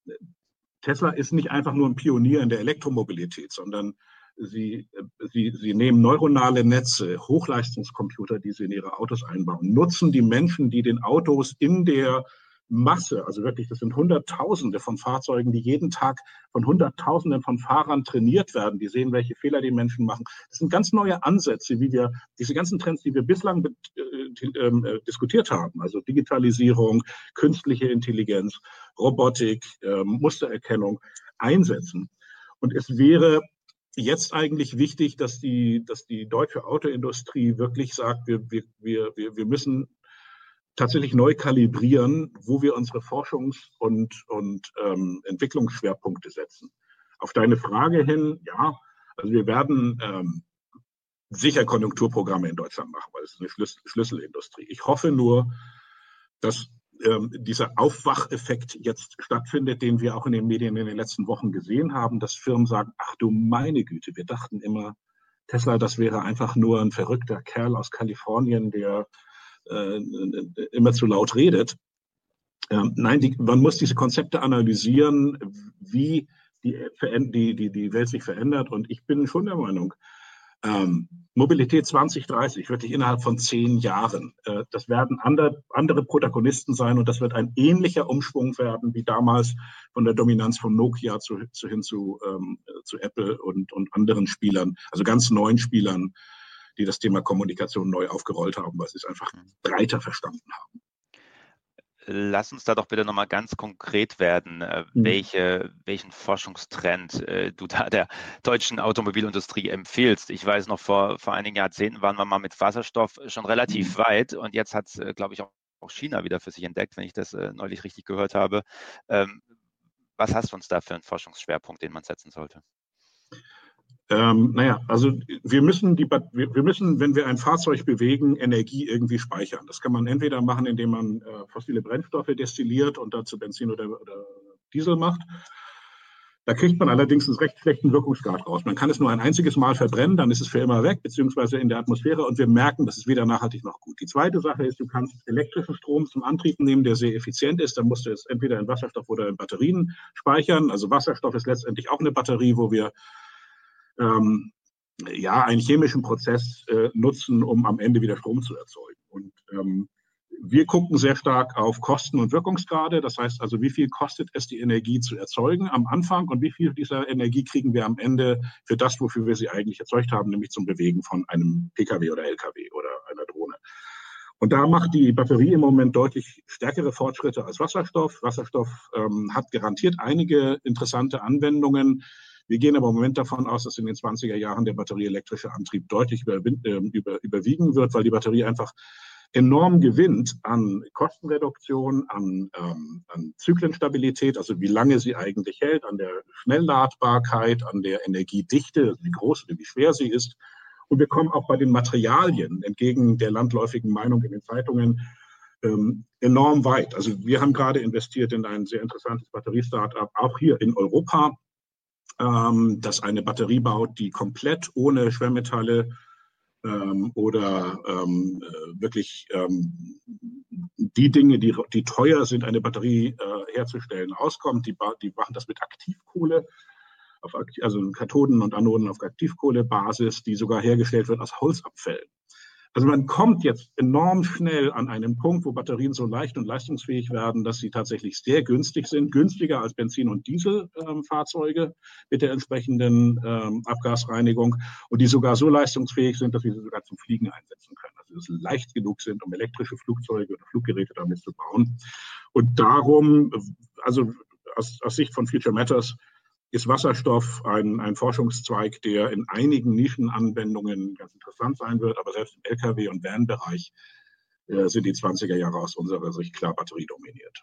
Tesla ist nicht einfach nur ein Pionier in der Elektromobilität, sondern sie, sie, sie nehmen neuronale Netze, Hochleistungscomputer, die sie in ihre Autos einbauen, nutzen die Menschen, die den Autos in der Masse, also wirklich, das sind Hunderttausende von Fahrzeugen, die jeden Tag von Hunderttausenden von Fahrern trainiert werden. Die sehen, welche Fehler die Menschen machen. Das sind ganz neue Ansätze, wie wir diese ganzen Trends, die wir bislang äh, äh, diskutiert haben, also Digitalisierung, künstliche Intelligenz, Robotik, äh, Mustererkennung, einsetzen. Und es wäre jetzt eigentlich wichtig, dass die, dass die deutsche Autoindustrie wirklich sagt, wir, wir, wir, wir müssen tatsächlich neu kalibrieren, wo wir unsere Forschungs- und, und ähm, Entwicklungsschwerpunkte setzen. Auf deine Frage hin, ja, also wir werden ähm, sicher Konjunkturprogramme in Deutschland machen, weil es ist eine Schlüssel Schlüsselindustrie. Ich hoffe nur, dass ähm, dieser Aufwacheffekt jetzt stattfindet, den wir auch in den Medien in den letzten Wochen gesehen haben, dass Firmen sagen, ach du meine Güte, wir dachten immer, Tesla, das wäre einfach nur ein verrückter Kerl aus Kalifornien, der äh, immer zu laut redet. Ähm, nein, die, man muss diese Konzepte analysieren, wie die, die, die, die Welt sich verändert. Und ich bin schon der Meinung, ähm, Mobilität zwanzig dreißig, wirklich innerhalb von zehn Jahren, äh, das werden andere, andere Protagonisten sein und das wird ein ähnlicher Umschwung werden wie damals von der Dominanz von Nokia zu, zu, hin zu, ähm, zu Apple und, und anderen Spielern, also ganz neuen Spielern, die das Thema Kommunikation neu aufgerollt haben, weil sie es einfach breiter verstanden haben. Lass uns da doch bitte nochmal ganz konkret werden, äh, welche, welchen Forschungstrend äh, du da der deutschen Automobilindustrie empfiehlst. Ich weiß noch, vor, vor einigen Jahrzehnten waren wir mal mit Wasserstoff schon relativ mhm. weit und jetzt hat es, äh, glaube ich, auch, auch China wieder für sich entdeckt, wenn ich das äh, neulich richtig gehört habe. Ähm, was hast du uns da für einen Forschungsschwerpunkt, den man setzen sollte? Ähm, naja, also wir müssen, die, wir müssen, wenn wir ein Fahrzeug bewegen, Energie irgendwie speichern. Das kann man entweder machen, indem man äh, fossile Brennstoffe destilliert und dazu Benzin oder, oder Diesel macht. Da kriegt man allerdings einen recht schlechten Wirkungsgrad raus. Man kann es nur ein einziges Mal verbrennen, dann ist es für immer weg, beziehungsweise in der Atmosphäre und wir merken, das ist weder nachhaltig noch gut. Die zweite Sache ist, du kannst elektrischen Strom zum Antrieb nehmen, der sehr effizient ist. Dann musst du es entweder in Wasserstoff oder in Batterien speichern. Also Wasserstoff ist letztendlich auch eine Batterie, wo wir Ähm, ja, einen chemischen Prozess äh, nutzen, um am Ende wieder Strom zu erzeugen. Und ähm, wir gucken sehr stark auf Kosten und Wirkungsgrade. Das heißt also, wie viel kostet es, die Energie zu erzeugen am Anfang und wie viel dieser Energie kriegen wir am Ende für das, wofür wir sie eigentlich erzeugt haben, nämlich zum Bewegen von einem Pkw oder Lkw oder einer Drohne. Und da macht die Batterie im Moment deutlich stärkere Fortschritte als Wasserstoff. Wasserstoff ähm, hat garantiert einige interessante Anwendungen. Wir gehen aber im Moment davon aus, dass in den zwanziger Jahren der batterieelektrische Antrieb deutlich über, über, überwiegen wird, weil die Batterie einfach enorm gewinnt an Kostenreduktion, an, ähm, an Zyklenstabilität, also wie lange sie eigentlich hält, an der Schnellladbarkeit, an der Energiedichte, also wie groß oder wie schwer sie ist. Und wir kommen auch bei den Materialien, entgegen der landläufigen Meinung in den Zeitungen, ähm, enorm weit. Also wir haben gerade investiert in ein sehr interessantes Batteriestartup, auch hier in Europa, ähm, das eine Batterie baut, die komplett ohne Schwermetalle ähm, oder ähm, äh, wirklich ähm, die Dinge, die, die teuer sind, eine Batterie äh, herzustellen, auskommt. Die, die machen das mit Aktivkohle, auf, also Kathoden und Anoden auf Aktivkohlebasis, die sogar hergestellt wird aus Holzabfällen. Also man kommt jetzt enorm schnell an einen Punkt, wo Batterien so leicht und leistungsfähig werden, dass sie tatsächlich sehr günstig sind, günstiger als Benzin- und Dieselfahrzeuge ähm, mit der entsprechenden ähm, Abgasreinigung und die sogar so leistungsfähig sind, dass wir sie sogar zum Fliegen einsetzen können. Also dass sie leicht genug sind, um elektrische Flugzeuge oder Fluggeräte damit zu bauen. Und darum, also aus, aus Sicht von Future Matters, ist Wasserstoff ein, ein Forschungszweig, der in einigen Nischenanwendungen ganz interessant sein wird, aber selbst im L K W- und Van-Bereich äh, sind die zwanziger Jahre aus unserer Sicht klar batteriedominiert.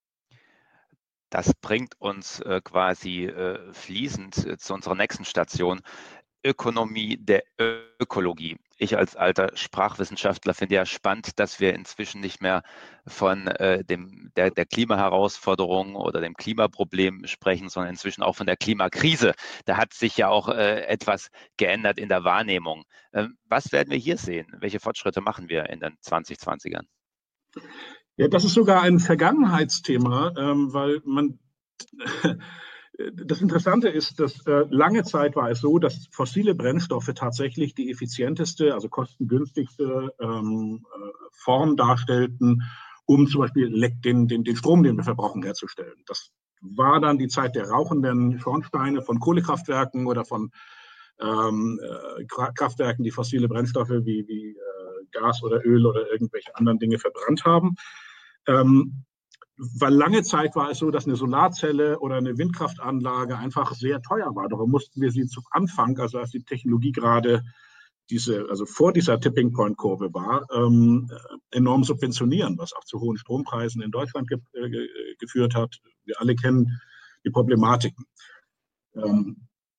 Das bringt uns äh, quasi äh, fließend äh, zu unserer nächsten Station, Ökonomie der Ökologie. Ich als alter Sprachwissenschaftler finde ja spannend, dass wir inzwischen nicht mehr von äh, dem, der, der Klimaherausforderung oder dem Klimaproblem sprechen, sondern inzwischen auch von der Klimakrise. Da hat sich ja auch äh, etwas geändert in der Wahrnehmung. Ähm, was werden wir hier sehen? Welche Fortschritte machen wir in den zwanzig zwanzigern? Ja, das ist sogar ein Vergangenheitsthema, ähm, weil man das Interessante ist, dass äh, lange Zeit war es so, dass fossile Brennstoffe tatsächlich die effizienteste, also kostengünstigste ähm, äh, Form darstellten, um zum Beispiel den, den, den Strom, den wir verbrauchen, herzustellen. Das war dann die Zeit der rauchenden Schornsteine von Kohlekraftwerken oder von ähm, äh, Kraftwerken, die fossile Brennstoffe wie, wie äh, Gas oder Öl oder irgendwelche anderen Dinge verbrannt haben. Ähm, weil lange Zeit war es so, dass eine Solarzelle oder eine Windkraftanlage einfach sehr teuer war. Darum mussten wir sie zum Anfang, also als die Technologie gerade diese, also vor dieser Tipping Point Kurve war, ähm, enorm subventionieren, was auch zu hohen Strompreisen in Deutschland ge ge geführt hat. Wir alle kennen die Problematiken. Ähm,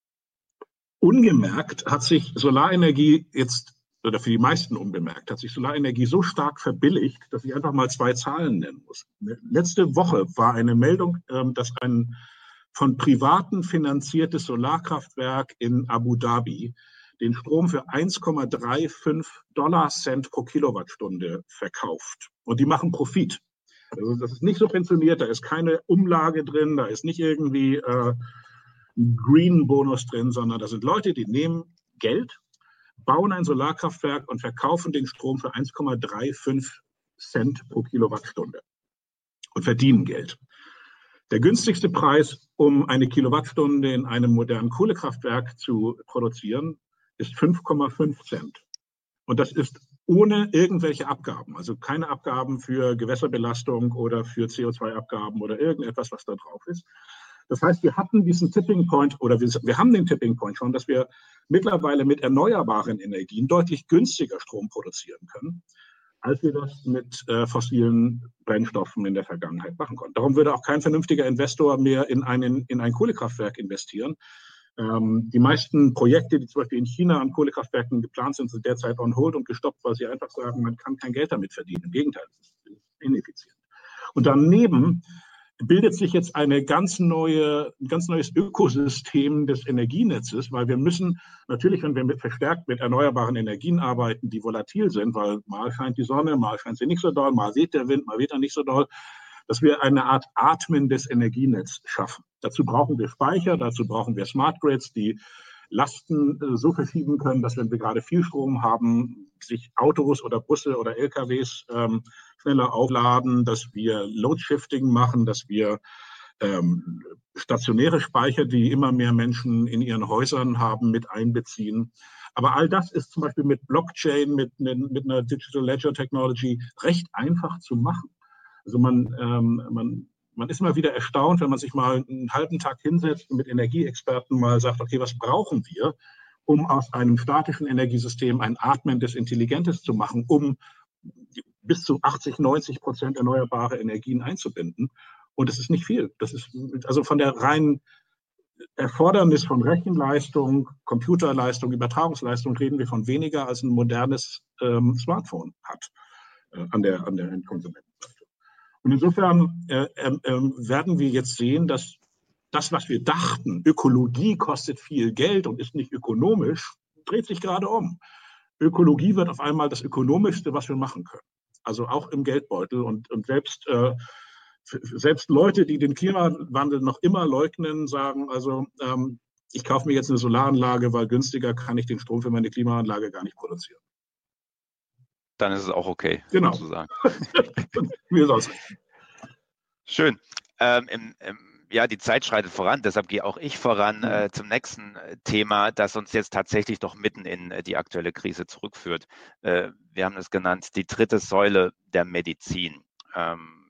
ungemerkt hat sich Solarenergie jetzt, oder für die meisten unbemerkt, hat sich Solarenergie so stark verbilligt, dass ich einfach mal zwei Zahlen nennen muss. Letzte Woche war eine Meldung, dass ein von Privaten finanziertes Solarkraftwerk in Abu Dhabi den Strom für eins Komma fünfunddreißig Dollar Cent pro Kilowattstunde verkauft. Und die machen Profit. Also das ist nicht subventioniert, da ist keine Umlage drin, da ist nicht irgendwie äh, ein Green-Bonus drin, sondern da sind Leute, die nehmen Geld, bauen ein Solarkraftwerk und verkaufen den Strom für eins Komma fünfunddreißig Cent pro Kilowattstunde und verdienen Geld. Der günstigste Preis, um eine Kilowattstunde in einem modernen Kohlekraftwerk zu produzieren, ist fünf Komma fünf Cent. Und das ist ohne irgendwelche Abgaben, also keine Abgaben für Gewässerbelastung oder für C O zwei Abgaben oder irgendetwas, was da drauf ist. Das heißt, wir hatten diesen Tipping Point oder wir, wir haben den Tipping Point schon, dass wir mittlerweile mit erneuerbaren Energien deutlich günstiger Strom produzieren können, als wir das mit äh, fossilen Brennstoffen in der Vergangenheit machen konnten. Darum würde auch kein vernünftiger Investor mehr in, einen, in ein Kohlekraftwerk investieren. Ähm, die meisten Projekte, die zum Beispiel in China an Kohlekraftwerken geplant sind, sind derzeit on hold und gestoppt, weil sie einfach sagen, man kann kein Geld damit verdienen. Im Gegenteil, es ist ineffizient. Und daneben bildet sich jetzt eine ganz neue, ein ganz neues Ökosystem des Energienetzes, weil wir müssen natürlich, wenn wir mit, verstärkt mit erneuerbaren Energien arbeiten, die volatil sind, weil mal scheint die Sonne, mal scheint sie nicht so doll, mal weht der Wind, mal weht er nicht so doll, dass wir eine Art Atmen des Energienetzes schaffen. Dazu brauchen wir Speicher, dazu brauchen wir Smart Grids, die Lasten äh, so verschieben können, dass wenn wir gerade viel Strom haben, sich Autos oder Busse oder L K Ws ähm, schneller aufladen, dass wir Load-Shifting machen, dass wir ähm, stationäre Speicher, die immer mehr Menschen in ihren Häusern haben, mit einbeziehen. Aber all das ist zum Beispiel mit Blockchain, mit, mit einer Digital Ledger Technology recht einfach zu machen. Also man, ähm, man, man ist immer wieder erstaunt, wenn man sich mal einen halben Tag hinsetzt und mit Energieexperten mal sagt, okay, was brauchen wir, um aus einem statischen Energiesystem ein atmendes, intelligentes zu machen, um bis zu achtzig, neunzig Prozent erneuerbare Energien einzubinden. Und das ist nicht viel. Das ist also von der reinen Erfordernis von Rechenleistung, Computerleistung, Übertragungsleistung reden wir von weniger als ein modernes ähm, Smartphone hat äh, an der, an der Endkonsumenten. Und insofern äh, äh, äh, werden wir jetzt sehen, dass das, was wir dachten, Ökologie kostet viel Geld und ist nicht ökonomisch, dreht sich gerade um. Ökologie wird auf einmal das Ökonomischste, was wir machen können. Also auch im Geldbeutel. Und, und selbst, äh, selbst Leute, die den Klimawandel noch immer leugnen, sagen, also ähm, ich kaufe mir jetzt eine Solaranlage, weil günstiger kann ich den Strom für meine Klimaanlage gar nicht produzieren. Dann ist es auch okay, genau. sozusagen. Mir soll's recht. Schön. Ähm, im, im, ja, die Zeit schreitet voran, deshalb gehe auch ich voran äh, zum nächsten Thema, das uns jetzt tatsächlich doch mitten in äh, die aktuelle Krise zurückführt. Äh, wir haben es genannt, die dritte Säule der Medizin. Ähm,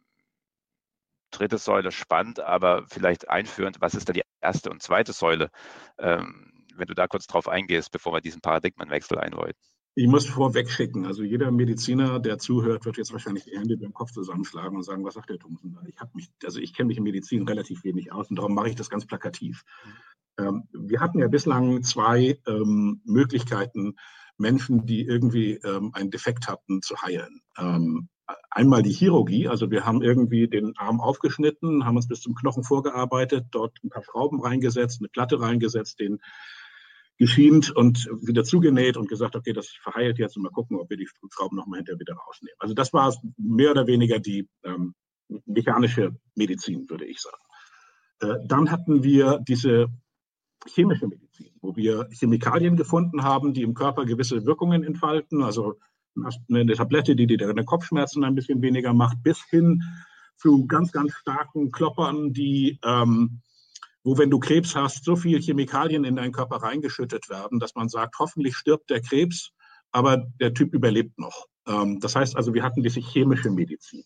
dritte Säule spannend, aber vielleicht einführend, was ist da die erste und zweite Säule? Ähm, wenn du da kurz drauf eingehst, bevor wir diesen Paradigmenwechsel einläuten. Ich muss vorweg schicken, also jeder Mediziner, der zuhört, wird jetzt wahrscheinlich die Hände beim Kopf zusammenschlagen und sagen, was sagt der Thomsen da? Ich habe mich, also ich kenne mich in Medizin relativ wenig aus und darum mache ich das ganz plakativ. Mhm. Ähm, wir hatten ja bislang zwei ähm, Möglichkeiten, Menschen, die irgendwie ähm, einen Defekt hatten, zu heilen. Ähm, einmal die Chirurgie, also wir haben irgendwie den Arm aufgeschnitten, haben uns bis zum Knochen vorgearbeitet, dort ein paar Schrauben reingesetzt, eine Platte reingesetzt, den geschient und wieder zugenäht und gesagt, okay, das verheilt jetzt und mal gucken, ob wir die Schrauben nochmal hinterher wieder rausnehmen. Also das war mehr oder weniger die ähm, mechanische Medizin, würde ich sagen. Äh, dann hatten wir diese chemische Medizin, wo wir Chemikalien gefunden haben, die im Körper gewisse Wirkungen entfalten, also eine Tablette, die dir deine Kopfschmerzen ein bisschen weniger macht, bis hin zu ganz, ganz starken Kloppern, die ähm, wo, wenn du Krebs hast, so viel Chemikalien in deinen Körper reingeschüttet werden, dass man sagt, hoffentlich stirbt der Krebs, aber der Typ überlebt noch. Ähm, das heißt also, wir hatten diese chemische Medizin.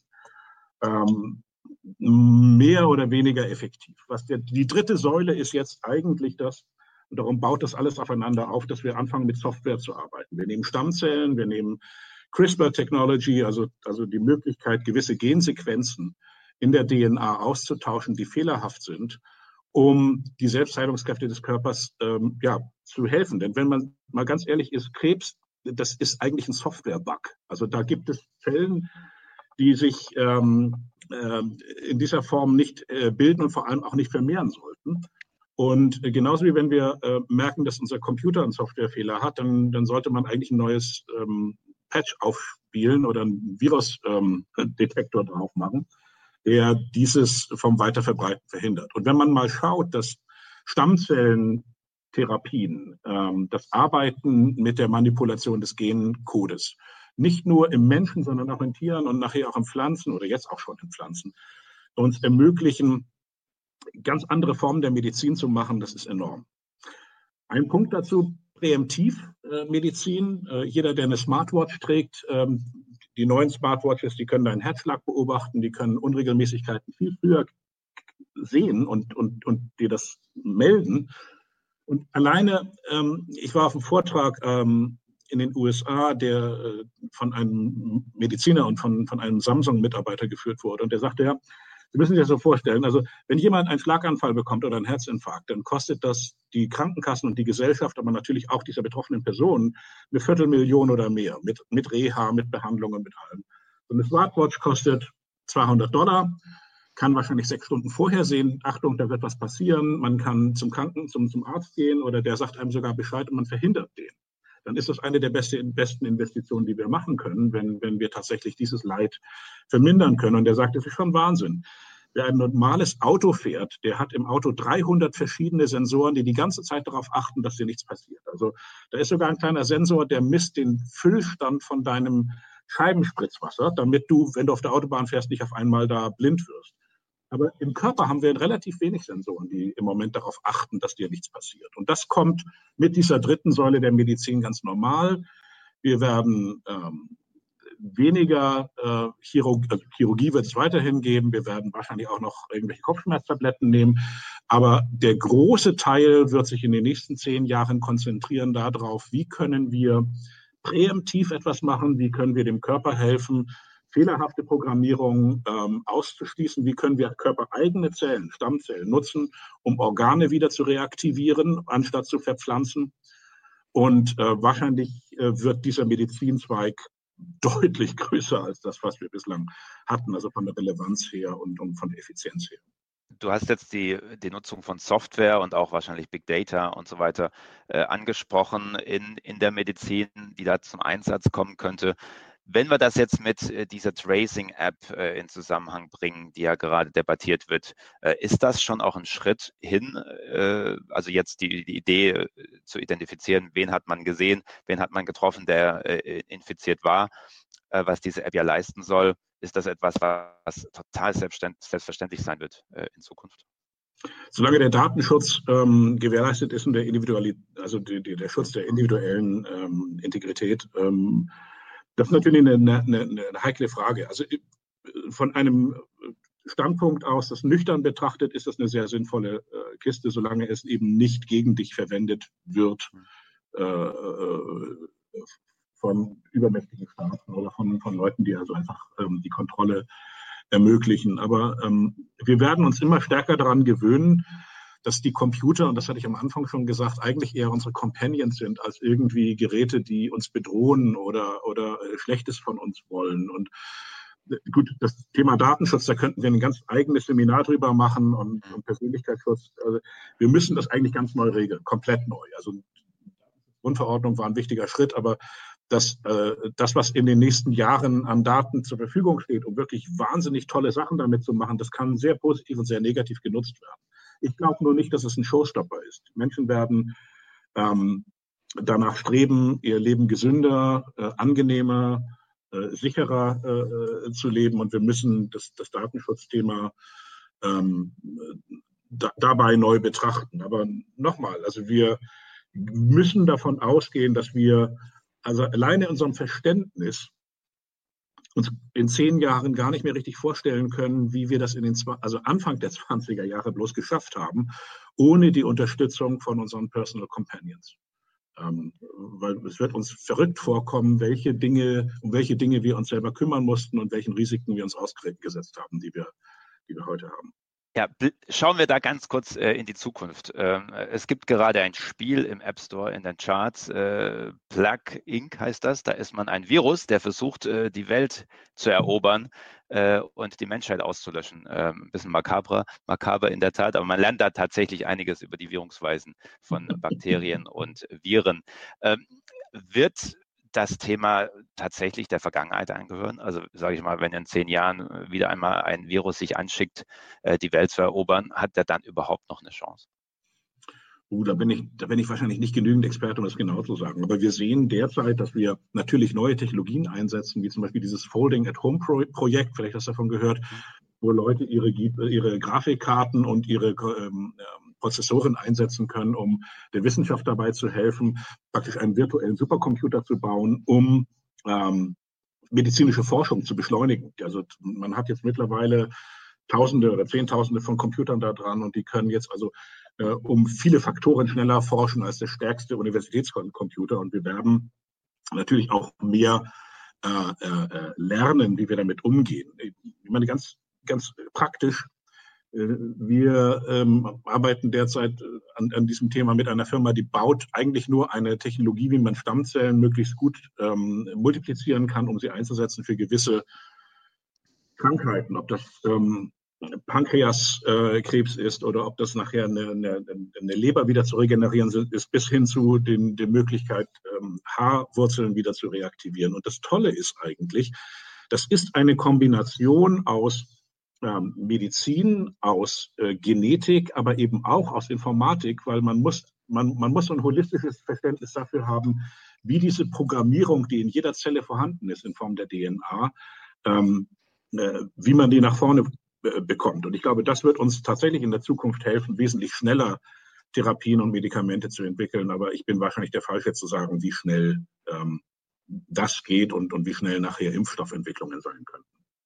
Ähm, mehr oder weniger effektiv. Was der, die dritte Säule ist jetzt eigentlich das, und darum baut das alles aufeinander auf, dass wir anfangen, mit Software zu arbeiten. Wir nehmen Stammzellen, wir nehmen CRISPR-Technology, also, also die Möglichkeit, gewisse Gensequenzen in der D N A auszutauschen, die fehlerhaft sind, um die Selbstheilungskräfte des Körpers ähm, ja, zu helfen. Denn wenn man mal ganz ehrlich ist, Krebs, das ist eigentlich ein Software-Bug. Also da gibt es Zellen, die sich ähm, äh, in dieser Form nicht äh, bilden und vor allem auch nicht vermehren sollten. Und äh, genauso wie wenn wir äh, merken, dass unser Computer einen Softwarefehler hat, dann, dann sollte man eigentlich ein neues ähm, Patch aufspielen oder einen Virusdetektor ähm, drauf machen, der dieses vom Weiterverbreiten verhindert. Und wenn man mal schaut, dass Stammzellentherapien, ähm, das Arbeiten mit der Manipulation des Gencodes, nicht nur im Menschen, sondern auch in Tieren und nachher auch in Pflanzen oder jetzt auch schon in Pflanzen, uns ermöglichen, ganz andere Formen der Medizin zu machen, das ist enorm. Ein Punkt dazu, Präemptivmedizin. Äh, jeder, der eine Smartwatch trägt, ähm, die neuen Smartwatches, die können deinen Herzschlag beobachten, die können Unregelmäßigkeiten viel früher sehen und, und, und dir das melden. Und alleine, ähm, ich war auf einem Vortrag ähm, in den U S A, der äh, von einem Mediziner und von, von einem Samsung-Mitarbeiter geführt wurde. Und der sagte, ja, Sie müssen sich das so vorstellen, also wenn jemand einen Schlaganfall bekommt oder einen Herzinfarkt, dann kostet das die Krankenkassen und die Gesellschaft, aber natürlich auch dieser betroffenen Personen, eine Viertelmillion oder mehr mit, mit Reha, mit Behandlungen, mit allem. So eine Smartwatch kostet zweihundert Dollar, kann wahrscheinlich sechs Stunden vorher sehen, Achtung, da wird was passieren, man kann zum Kranken, zum, zum Arzt gehen oder der sagt einem sogar Bescheid und man verhindert den. Dann ist das eine der beste, besten Investitionen, die wir machen können, wenn, wenn wir tatsächlich dieses Leid vermindern können. Und der sagt, das ist schon Wahnsinn. Wer ein normales Auto fährt, der hat im Auto dreihundert verschiedene Sensoren, die die ganze Zeit darauf achten, dass dir nichts passiert. Also da ist sogar ein kleiner Sensor, der misst den Füllstand von deinem Scheibenspritzwasser, damit du, wenn du auf der Autobahn fährst, nicht auf einmal da blind wirst. Aber im Körper haben wir relativ wenig Sensoren, die im Moment darauf achten, dass dir nichts passiert. Und das kommt mit dieser dritten Säule der Medizin ganz normal. Wir werden ähm, weniger äh, Chirurgie, also Chirurgie wird es weiterhin geben. Wir werden wahrscheinlich auch noch irgendwelche Kopfschmerztabletten nehmen. Aber der große Teil wird sich in den nächsten zehn Jahren konzentrieren darauf, wie können wir präemptiv etwas machen, wie können wir dem Körper helfen, fehlerhafte Programmierung ähm, auszuschließen, wie können wir körpereigene Zellen, Stammzellen nutzen, um Organe wieder zu reaktivieren, anstatt zu verpflanzen. Und äh, wahrscheinlich äh, wird dieser Medizinzweig deutlich größer als das, was wir bislang hatten, also von der Relevanz her und, und von der Effizienz her. Du hast jetzt die, die Nutzung von Software und auch wahrscheinlich Big Data und so weiter äh, angesprochen in, in der Medizin, die da zum Einsatz kommen könnte. Wenn wir das jetzt mit äh, dieser Tracing-App äh, in Zusammenhang bringen, die ja gerade debattiert wird, äh, ist das schon auch ein Schritt hin, äh, also jetzt die, die Idee äh, zu identifizieren, wen hat man gesehen, wen hat man getroffen, der äh, infiziert war, äh, was diese App ja leisten soll? Ist das etwas, was total selbstverständlich sein wird äh, in Zukunft? Solange der Datenschutz ähm, gewährleistet ist und der Individualität, also die, die, der Schutz der individuellen ähm, Integrität, ähm, das ist natürlich eine, eine, eine heikle Frage. Also von einem Standpunkt aus, das nüchtern betrachtet, ist das eine sehr sinnvolle äh, Kiste, solange es eben nicht gegen dich verwendet wird äh, äh, von übermächtigen Staaten oder von, von Leuten, die also einfach ähm, die Kontrolle ermöglichen. Aber ähm, wir werden uns immer stärker daran gewöhnen, dass die Computer, und das hatte ich am Anfang schon gesagt, eigentlich eher unsere Companions sind, als irgendwie Geräte, die uns bedrohen oder, oder äh, Schlechtes von uns wollen. Und äh, gut, das Thema Datenschutz, da könnten wir ein ganz eigenes Seminar drüber machen und, und Persönlichkeitsschutz. Also wir müssen das eigentlich ganz neu regeln, komplett neu. Also die Grundverordnung war ein wichtiger Schritt, aber dass äh, das, was in den nächsten Jahren an Daten zur Verfügung steht, um wirklich wahnsinnig tolle Sachen damit zu machen, das kann sehr positiv und sehr negativ genutzt werden. Ich glaube nur nicht, dass es ein Showstopper ist. Menschen werden ähm, danach streben, ihr Leben gesünder, äh, angenehmer, äh, sicherer äh, zu leben. Und wir müssen das, das Datenschutzthema ähm, da, dabei neu betrachten. Aber nochmal, also wir müssen davon ausgehen, dass wir also alleine in unserem Verständnis uns in zehn Jahren gar nicht mehr richtig vorstellen können, wie wir das in den, also Anfang der zwanziger Jahre bloß geschafft haben, ohne die Unterstützung von unseren Personal Companions. Ähm, weil es wird uns verrückt vorkommen, welche Dinge, um welche Dinge wir uns selber kümmern mussten und welchen Risiken wir uns ausgesetzt haben, die wir, die wir heute haben. Ja, schauen wir da ganz kurz äh, in die Zukunft. Ähm, es gibt gerade ein Spiel im App Store in den Charts, äh, Plague Incorporated heißt das. Da ist man ein Virus, der versucht, äh, die Welt zu erobern äh, und die Menschheit auszulöschen. Ähm, ein bisschen makaber, makaber in der Tat, aber man lernt da tatsächlich einiges über die Wirkungsweisen von Bakterien und Viren. Ähm, wird das Thema tatsächlich der Vergangenheit angehören? Also sage ich mal, wenn in zehn Jahren wieder einmal ein Virus sich anschickt, die Welt zu erobern, hat der dann überhaupt noch eine Chance? Uh, da bin ich, da bin ich wahrscheinlich nicht genügend Experte, um das genau zu sagen. Aber wir sehen derzeit, dass wir natürlich neue Technologien einsetzen, wie zum Beispiel dieses Folding at Home Projekt, vielleicht hast du davon gehört, wo Leute ihre, ihre Grafikkarten und ihre ähm, Prozessoren einsetzen können, um der Wissenschaft dabei zu helfen, praktisch einen virtuellen Supercomputer zu bauen, um ähm, medizinische Forschung zu beschleunigen. Also man hat jetzt mittlerweile Tausende oder Zehntausende von Computern da dran und die können jetzt also äh, um viele Faktoren schneller forschen als der stärkste Universitätscomputer. Und wir werden natürlich auch mehr äh, äh, lernen, wie wir damit umgehen. Ich meine, ganz, ganz praktisch, äh, wir ähm, arbeiten derzeit an, an diesem Thema mit einer Firma, die baut eigentlich nur eine Technologie, wie man Stammzellen möglichst gut ähm, multiplizieren kann, um sie einzusetzen für gewisse Krankheiten, ob das ähm, Pankreaskrebs äh, ist oder ob das nachher eine, eine, eine Leber wieder zu regenerieren ist, bis hin zu den, der Möglichkeit, ähm, Haarwurzeln wieder zu reaktivieren. Und das Tolle ist eigentlich, das ist eine Kombination aus ähm, Medizin, aus äh, Genetik, aber eben auch aus Informatik, weil man muss, man, man muss ein holistisches Verständnis dafür haben, wie diese Programmierung, die in jeder Zelle vorhanden ist in Form der D N A, ähm, äh, wie man die nach vorne bekommt. Und ich glaube, das wird uns tatsächlich in der Zukunft helfen, wesentlich schneller Therapien und Medikamente zu entwickeln. Aber ich bin wahrscheinlich der Falsche zu sagen, wie schnell ähm, das geht und, und wie schnell nachher Impfstoffentwicklungen sein können.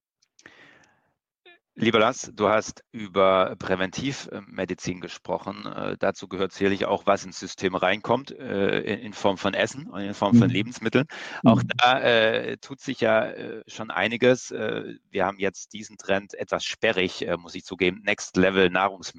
Lieber Lars, du hast über Präventivmedizin gesprochen. Äh, dazu gehört sicherlich auch, was ins System reinkommt, äh, in, in Form von Essen und in Form von mhm. Lebensmitteln. Mhm. Auch da äh, tut sich ja äh, schon einiges. Äh, wir haben jetzt diesen Trend etwas sperrig, äh, muss ich zugeben, Next Level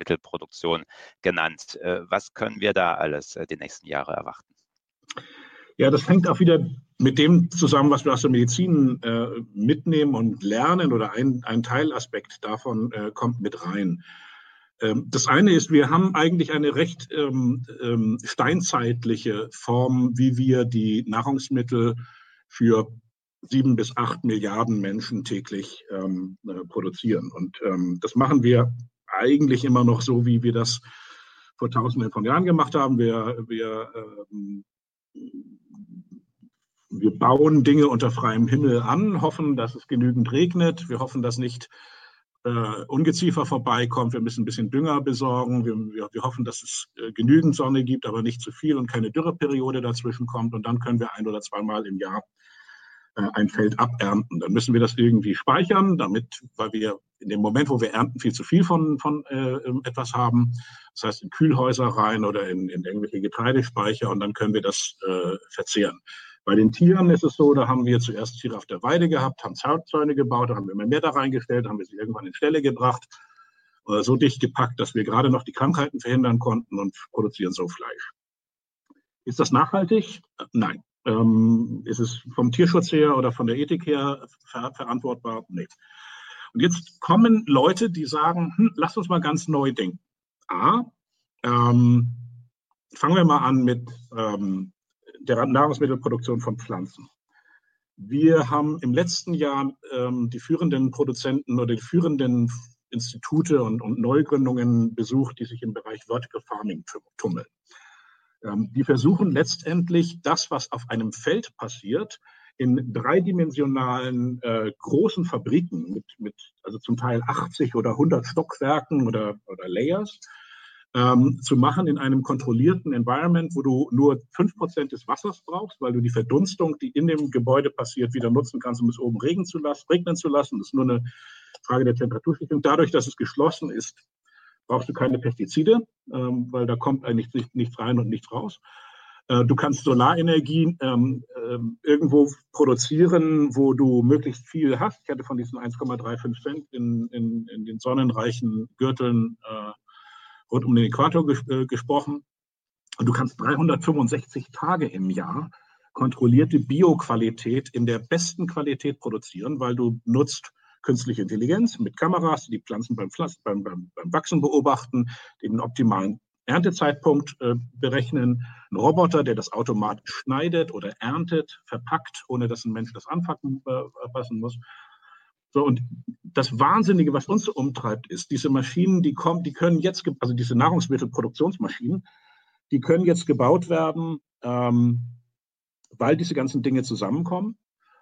Nahrungsmittelproduktion genannt. Äh, was können wir da alles äh, die nächsten Jahre erwarten? Ja, das hängt auch wieder mit dem zusammen, was wir aus der Medizin äh, mitnehmen und lernen, oder ein, ein Teilaspekt davon äh, kommt mit rein. Ähm, das eine ist, wir haben eigentlich eine recht ähm, ähm, steinzeitliche Form, wie wir die Nahrungsmittel für sieben bis acht Milliarden Menschen täglich ähm, äh, produzieren. Und ähm, das machen wir eigentlich immer noch so, wie wir das vor Tausenden von Jahren gemacht haben. Wir, wir ähm, wir bauen Dinge unter freiem Himmel an, hoffen, dass es genügend regnet. Wir hoffen, dass nicht äh, Ungeziefer vorbeikommt. Wir müssen ein bisschen Dünger besorgen. Wir, wir, wir hoffen, dass es äh, genügend Sonne gibt, aber nicht zu viel und keine Dürreperiode dazwischen kommt. Und dann können wir ein oder zweimal im Jahr äh, ein Feld abernten. Dann müssen wir das irgendwie speichern, damit, weil wir in dem Moment, wo wir ernten, viel zu viel von, von äh, etwas haben. Das heißt, in Kühlhäuser rein oder in, in irgendwelche Getreidespeicher, und dann können wir das äh, verzehren. Bei den Tieren ist es so, da haben wir zuerst Tiere auf der Weide gehabt, haben Zäune gebaut, da haben wir immer mehr da reingestellt, haben wir sie irgendwann in Ställe gebracht, äh, so dicht gepackt, dass wir gerade noch die Krankheiten verhindern konnten und produzieren so Fleisch. Ist das nachhaltig? Nein. Ähm, ist es vom Tierschutz her oder von der Ethik her ver verantwortbar? Nee. Und jetzt kommen Leute, die sagen, hm, lass uns mal ganz neu denken. A, ähm, fangen wir mal an mit ähm, der Nahrungsmittelproduktion von Pflanzen. Wir haben im letzten Jahr ähm, die führenden Produzenten oder die führenden Institute und, und Neugründungen besucht, die sich im Bereich Vertical Farming tummeln. Ähm, die versuchen letztendlich das, was auf einem Feld passiert, in dreidimensionalen äh, großen Fabriken mit, mit also zum Teil achtzig oder hundert Stockwerken oder, oder Layers, Ähm, zu machen in einem kontrollierten Environment, wo du nur fünf Prozent des Wassers brauchst, weil du die Verdunstung, die in dem Gebäude passiert, wieder nutzen kannst, um es oben regnen zu lassen, regnen zu lassen. Das ist nur eine Frage der Temperaturschichtung. Dadurch, dass es geschlossen ist, brauchst du keine Pestizide, ähm, weil da kommt eigentlich nicht, nichts rein und nichts raus. Äh, du kannst Solarenergie ähm, äh, irgendwo produzieren, wo du möglichst viel hast. Ich hatte von diesen eins Komma fünfunddreißig Cent in, in, in den sonnenreichen Gürteln äh, rund um den Äquator ges äh, gesprochen. Und du kannst dreihundertfünfundsechzig Tage im Jahr kontrollierte Bioqualität in der besten Qualität produzieren, weil du nutzt künstliche Intelligenz mit Kameras, die Pflanzen beim, beim, beim, beim Wachsen beobachten, den optimalen Erntezeitpunkt äh, berechnen, ein Roboter, der das automatisch schneidet oder erntet, verpackt, ohne dass ein Mensch das anpacken äh, passen muss. So, und das Wahnsinnige, was uns so umtreibt, ist, diese Maschinen, die kommen, die können jetzt, also diese Nahrungsmittelproduktionsmaschinen, die können jetzt gebaut werden, ähm, weil diese ganzen Dinge zusammenkommen.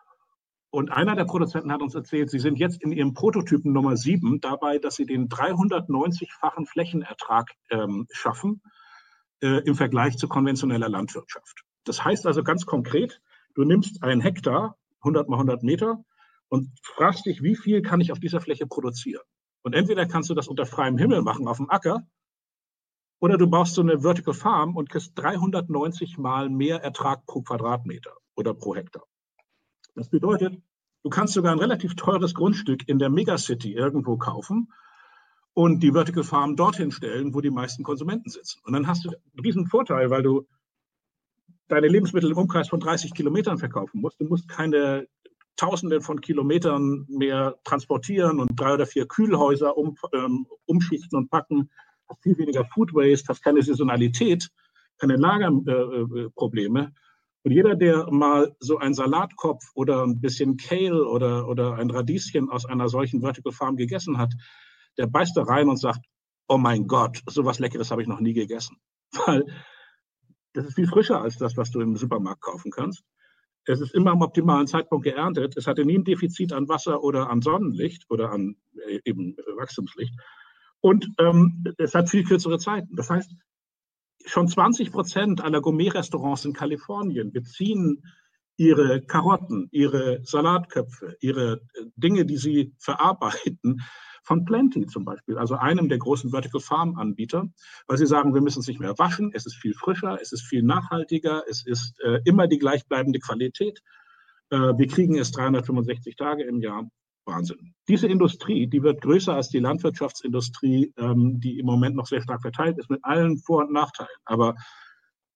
Und einer der Produzenten hat uns erzählt, sie sind jetzt in ihrem Prototypen Nummer sieben dabei, dass sie den dreihundertneunzig-fachen Flächenertrag ähm, schaffen äh, im Vergleich zu konventioneller Landwirtschaft. Das heißt also ganz konkret, du nimmst einen Hektar, hundert mal hundert Meter, und fragst dich, wie viel kann ich auf dieser Fläche produzieren? Und entweder kannst du das unter freiem Himmel machen auf dem Acker, oder du baust so eine Vertical Farm und kriegst dreihundertneunzig mal mehr Ertrag pro Quadratmeter oder pro Hektar. Das bedeutet, du kannst sogar ein relativ teures Grundstück in der Megacity irgendwo kaufen und die Vertical Farm dorthin stellen, wo die meisten Konsumenten sitzen. Und dann hast du einen riesen Vorteil, weil du deine Lebensmittel im Umkreis von dreißig Kilometern verkaufen musst. Du musst keine Tausende von Kilometern mehr transportieren und drei oder vier Kühlhäuser um, ähm, umschichten und packen. Hast viel weniger Food Waste, hast keine Saisonalität, keine Lagerprobleme. Äh, und jeder, der mal so einen Salatkopf oder ein bisschen Kale oder, oder ein Radieschen aus einer solchen Vertical Farm gegessen hat, der beißt da rein und sagt, oh mein Gott, sowas Leckeres habe ich noch nie gegessen. Weil das ist viel frischer als das, was du im Supermarkt kaufen kannst. Es ist immer am optimalen Zeitpunkt geerntet. Es hatte nie ein Defizit an Wasser oder an Sonnenlicht oder an äh, eben Wachstumslicht. Und ähm, es hat viel kürzere Zeiten. Das heißt, schon zwanzig Prozent aller Gourmet-Restaurants in Kalifornien beziehen ihre Karotten, ihre Salatköpfe, ihre Dinge, die sie verarbeiten, von Plenty zum Beispiel, also einem der großen Vertical Farm Anbieter, weil sie sagen, wir müssen es nicht mehr waschen, es ist viel frischer, es ist viel nachhaltiger, es ist äh, immer die gleichbleibende Qualität. Äh, wir kriegen es dreihundertfünfundsechzig Tage im Jahr. Wahnsinn. Diese Industrie, die wird größer als die Landwirtschaftsindustrie, ähm, die im Moment noch sehr stark verteilt ist, mit allen Vor- und Nachteilen. Aber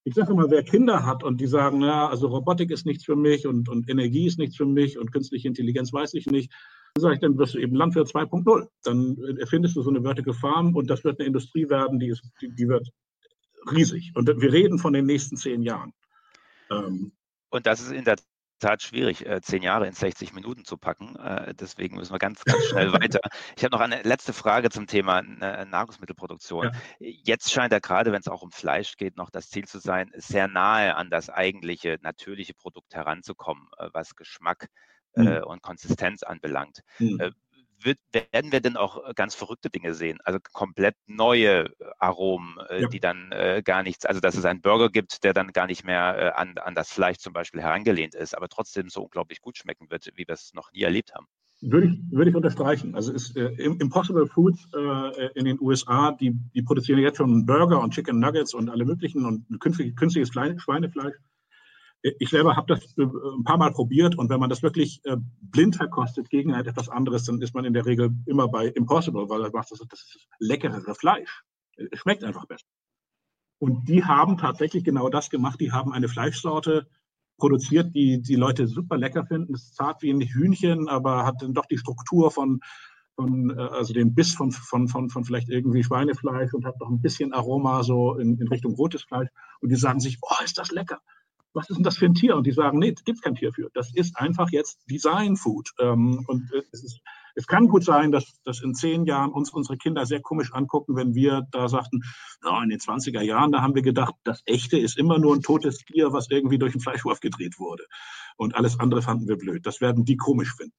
Ich sage immer, wer Kinder hat und die sagen, ja, also Robotik ist nichts für mich und, und Energie ist nichts für mich und künstliche Intelligenz weiß ich nicht, dann sage ich, dann wirst du eben Landwirt zwei Punkt null. Dann erfindest du so eine Vertical Farm und das wird eine Industrie werden, die, ist, die, die wird riesig. Und wir reden von den nächsten zehn Jahren. Ähm, und das ist in der Tat schwierig, äh, zehn Jahre in sechzig Minuten zu packen. Äh, deswegen müssen wir ganz, ganz schnell weiter. Ich habe noch eine letzte Frage zum Thema äh, Nahrungsmittelproduktion. Ja. Jetzt scheint ja gerade, wenn es auch um Fleisch geht, noch das Ziel zu sein, sehr nahe an das eigentliche natürliche Produkt heranzukommen, äh, was Geschmack äh, hm. und Konsistenz anbelangt. Hm. Äh, Wird, werden wir denn auch ganz verrückte Dinge sehen? Also komplett neue Aromen, äh, ja. die dann äh, gar nichts, also dass es einen Burger gibt, der dann gar nicht mehr äh, an, an das Fleisch zum Beispiel herangelehnt ist, aber trotzdem so unglaublich gut schmecken wird, wie wir es noch nie erlebt haben. Würde ich, würde ich unterstreichen. Also ist äh, Impossible Foods äh, in den U S A, die, die produzieren jetzt schon Burger und Chicken Nuggets und alle möglichen und künstlich, künstliches Schweinefleisch. Ich selber habe das ein paar Mal probiert und wenn man das wirklich blind verkostet gegen etwas anderes, dann ist man in der Regel immer bei Impossible, weil das ist das leckerere Fleisch. Es schmeckt einfach besser. Und die haben tatsächlich genau das gemacht. Die haben eine Fleischsorte produziert, die die Leute super lecker finden. Es ist zart wie ein Hühnchen, aber hat dann doch die Struktur von, von also den Biss von, von, von, von vielleicht irgendwie Schweinefleisch und hat noch ein bisschen Aroma so in, in Richtung rotes Fleisch. Und die sagen sich, oh, ist das lecker. Was ist denn das für ein Tier? Und die sagen, nee, es gibt kein Tier für. Das ist einfach jetzt Design Food. Und es, ist, es kann gut sein, dass, dass in zehn Jahren uns unsere Kinder sehr komisch angucken, wenn wir da sagten, no, in den zwanziger Jahren, da haben wir gedacht, das Echte ist immer nur ein totes Tier, was irgendwie durch einen Fleischwurf gedreht wurde. Und alles andere fanden wir blöd. Das werden die komisch finden.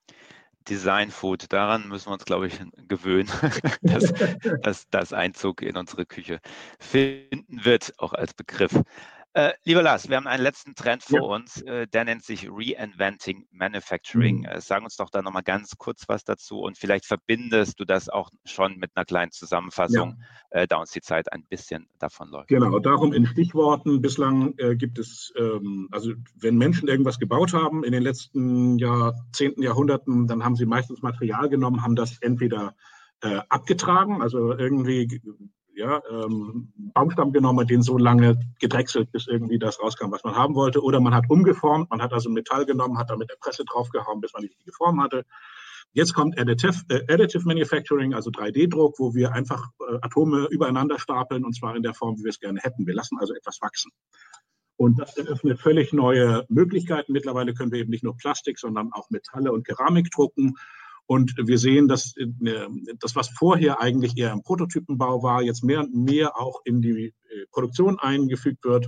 Design Food, daran müssen wir uns, glaube ich, gewöhnen, dass, dass das Einzug in unsere Küche finden wird, auch als Begriff. Äh, lieber Lars, wir haben einen letzten Trend vor ja. uns, äh, der nennt sich Reinventing Manufacturing. Mhm. Äh, sag uns doch da nochmal ganz kurz was dazu und vielleicht verbindest du das auch schon mit einer kleinen Zusammenfassung, ja. äh, da uns die Zeit ein bisschen davon läuft. Genau, darum in Stichworten. Bislang äh, gibt es, ähm, also wenn Menschen irgendwas gebaut haben in den letzten Jahrzehnten, Jahrhunderten, dann haben sie meistens Material genommen, haben das entweder äh, abgetragen, also irgendwie ja, ähm, Baumstamm genommen und den so lange gedrechselt, bis irgendwie das rauskam, was man haben wollte. Oder man hat umgeformt, man hat also Metall genommen, hat da mit der Presse draufgehauen, bis man die richtige Form hatte. Jetzt kommt Additive, äh, Additive Manufacturing, also drei D Druck, wo wir einfach äh, Atome übereinander stapeln und zwar in der Form, wie wir es gerne hätten. Wir lassen also etwas wachsen. Und das eröffnet völlig neue Möglichkeiten. Mittlerweile können wir eben nicht nur Plastik, sondern auch Metalle und Keramik drucken. Und wir sehen, dass das, was vorher eigentlich eher im Prototypenbau war, jetzt mehr und mehr auch in die Produktion eingefügt wird.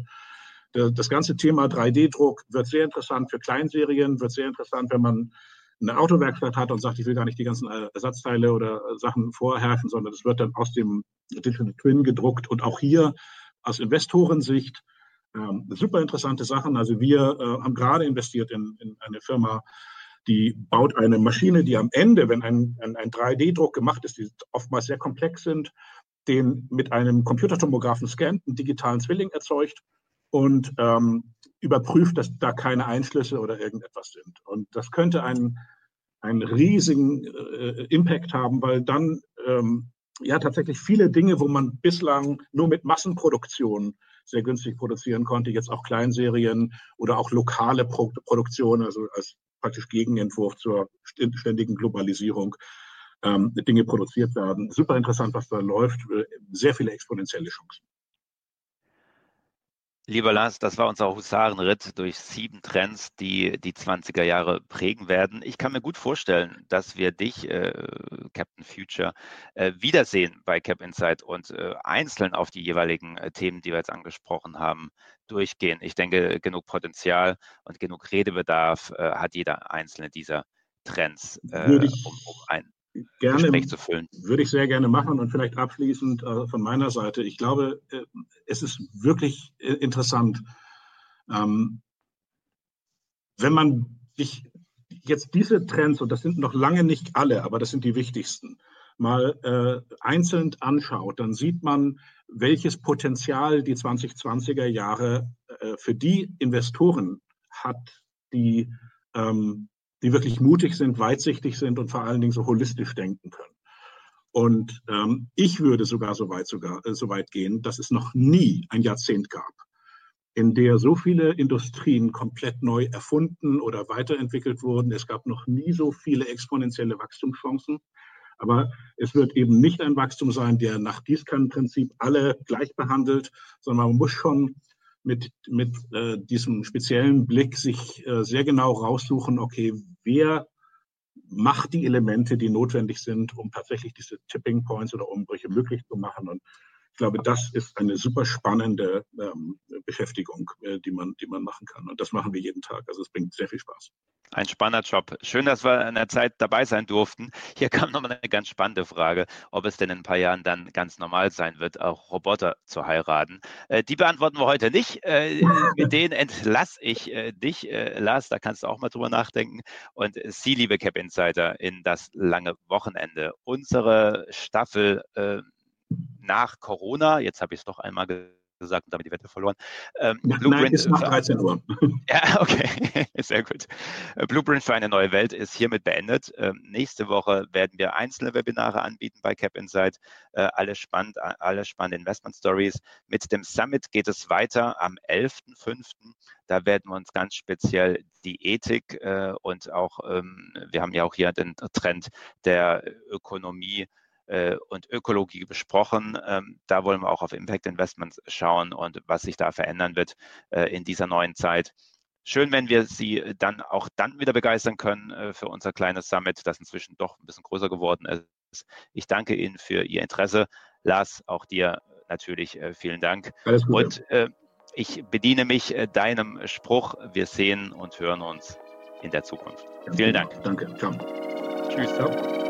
Das ganze Thema drei D Druck wird sehr interessant für Kleinserien, wird sehr interessant, wenn man eine Autowerkstatt hat und sagt, ich will gar nicht die ganzen Ersatzteile oder Sachen vorherrschen, sondern es wird dann aus dem Digital Twin gedruckt. Und auch hier aus Investorensicht ähm, super interessante Sachen. Also wir äh, haben gerade investiert in, in eine Firma, die baut eine Maschine, die am Ende, wenn ein, ein, ein drei D Druck gemacht ist, die oftmals sehr komplex sind, den mit einem Computertomographen scannt, einen digitalen Zwilling erzeugt und ähm, überprüft, dass da keine Einschlüsse oder irgendetwas sind. Und das könnte einen, einen riesigen äh, Impact haben, weil dann ähm, ja tatsächlich viele Dinge, wo man bislang nur mit Massenproduktion sehr günstig produzieren konnte, jetzt auch Kleinserien oder auch lokale Pro Produktion, also als praktisch Gegenentwurf zur ständigen Globalisierung, ähm, Dinge produziert werden. Super interessant, was da läuft. Sehr viele exponentielle Chancen. Lieber Lars, das war unser Husarenritt durch sieben Trends, die die zwanziger Jahre prägen werden. Ich kann mir gut vorstellen, dass wir dich, äh, Captain Future, äh, wiedersehen bei Cap Insight und äh, einzeln auf die jeweiligen äh, Themen, die wir jetzt angesprochen haben, durchgehen. Ich denke, genug Potenzial und genug Redebedarf äh, hat jeder einzelne dieser Trends, äh, um, um ein Gerne, Gespräch zu füllen. Würde ich sehr gerne machen und vielleicht abschließend äh, von meiner Seite. Ich glaube, äh, es ist wirklich äh, interessant, ähm, wenn man sich jetzt diese Trends, und das sind noch lange nicht alle, aber das sind die wichtigsten, mal äh, einzeln anschaut, dann sieht man, welches Potenzial die zwanzig zwanziger Jahre äh, für die Investoren hat, die ähm, die wirklich mutig sind, weitsichtig sind und vor allen Dingen so holistisch denken können. Und ähm, ich würde sogar so weit, sogar, äh, so weit gehen, dass es noch nie ein Jahrzehnt gab, in der so viele Industrien komplett neu erfunden oder weiterentwickelt wurden. Es gab noch nie so viele exponentielle Wachstumschancen. Aber es wird eben nicht ein Wachstum sein, der nach Gießkannenprinzip alle gleich behandelt, sondern man muss schon mit, mit äh, diesem speziellen Blick sich äh, sehr genau raussuchen, okay, wer macht die Elemente, die notwendig sind, um tatsächlich diese Tipping Points oder Umbrüche möglich zu machen. Und ich glaube, das ist eine super spannende ähm, Beschäftigung, äh, die man, die man machen kann. Und das machen wir jeden Tag. Also es bringt sehr viel Spaß. Ein spannender Job. Schön, dass wir in der Zeit dabei sein durften. Hier kam nochmal eine ganz spannende Frage, ob es denn in ein paar Jahren dann ganz normal sein wird, auch Roboter zu heiraten. Äh, die beantworten wir heute nicht. Äh, mit denen entlasse ich äh, dich, äh, Lars, da kannst du auch mal drüber nachdenken. Und Sie, liebe Cap Insider, in das lange Wochenende. Unsere Staffel äh, nach Corona, jetzt habe ich es doch einmal gesagt und damit die Wette verloren. Ähm, Nein, ist nach dreizehn Uhr. Ja, okay, sehr gut. Blueprint für eine neue Welt ist hiermit beendet. Ähm, nächste Woche werden wir einzelne Webinare anbieten bei Cap Insight. Äh, alle spannend, alle spannende Investment Stories. Mit dem Summit geht es weiter am elften fünften Da werden wir uns ganz speziell die Ethik äh, und auch, ähm, wir haben ja auch hier den Trend der Ökonomie und Ökologie besprochen. Da wollen wir auch auf Impact Investments schauen und was sich da verändern wird in dieser neuen Zeit. Schön, wenn wir Sie dann auch dann wieder begeistern können für unser kleines Summit, das inzwischen doch ein bisschen größer geworden ist. Ich danke Ihnen für Ihr Interesse. Lars, auch dir natürlich vielen Dank. Alles Gute. Und äh, ich bediene mich deinem Spruch. Wir sehen und hören uns in der Zukunft. Vielen Dank. Danke. Ciao. Tschüss. Ciao.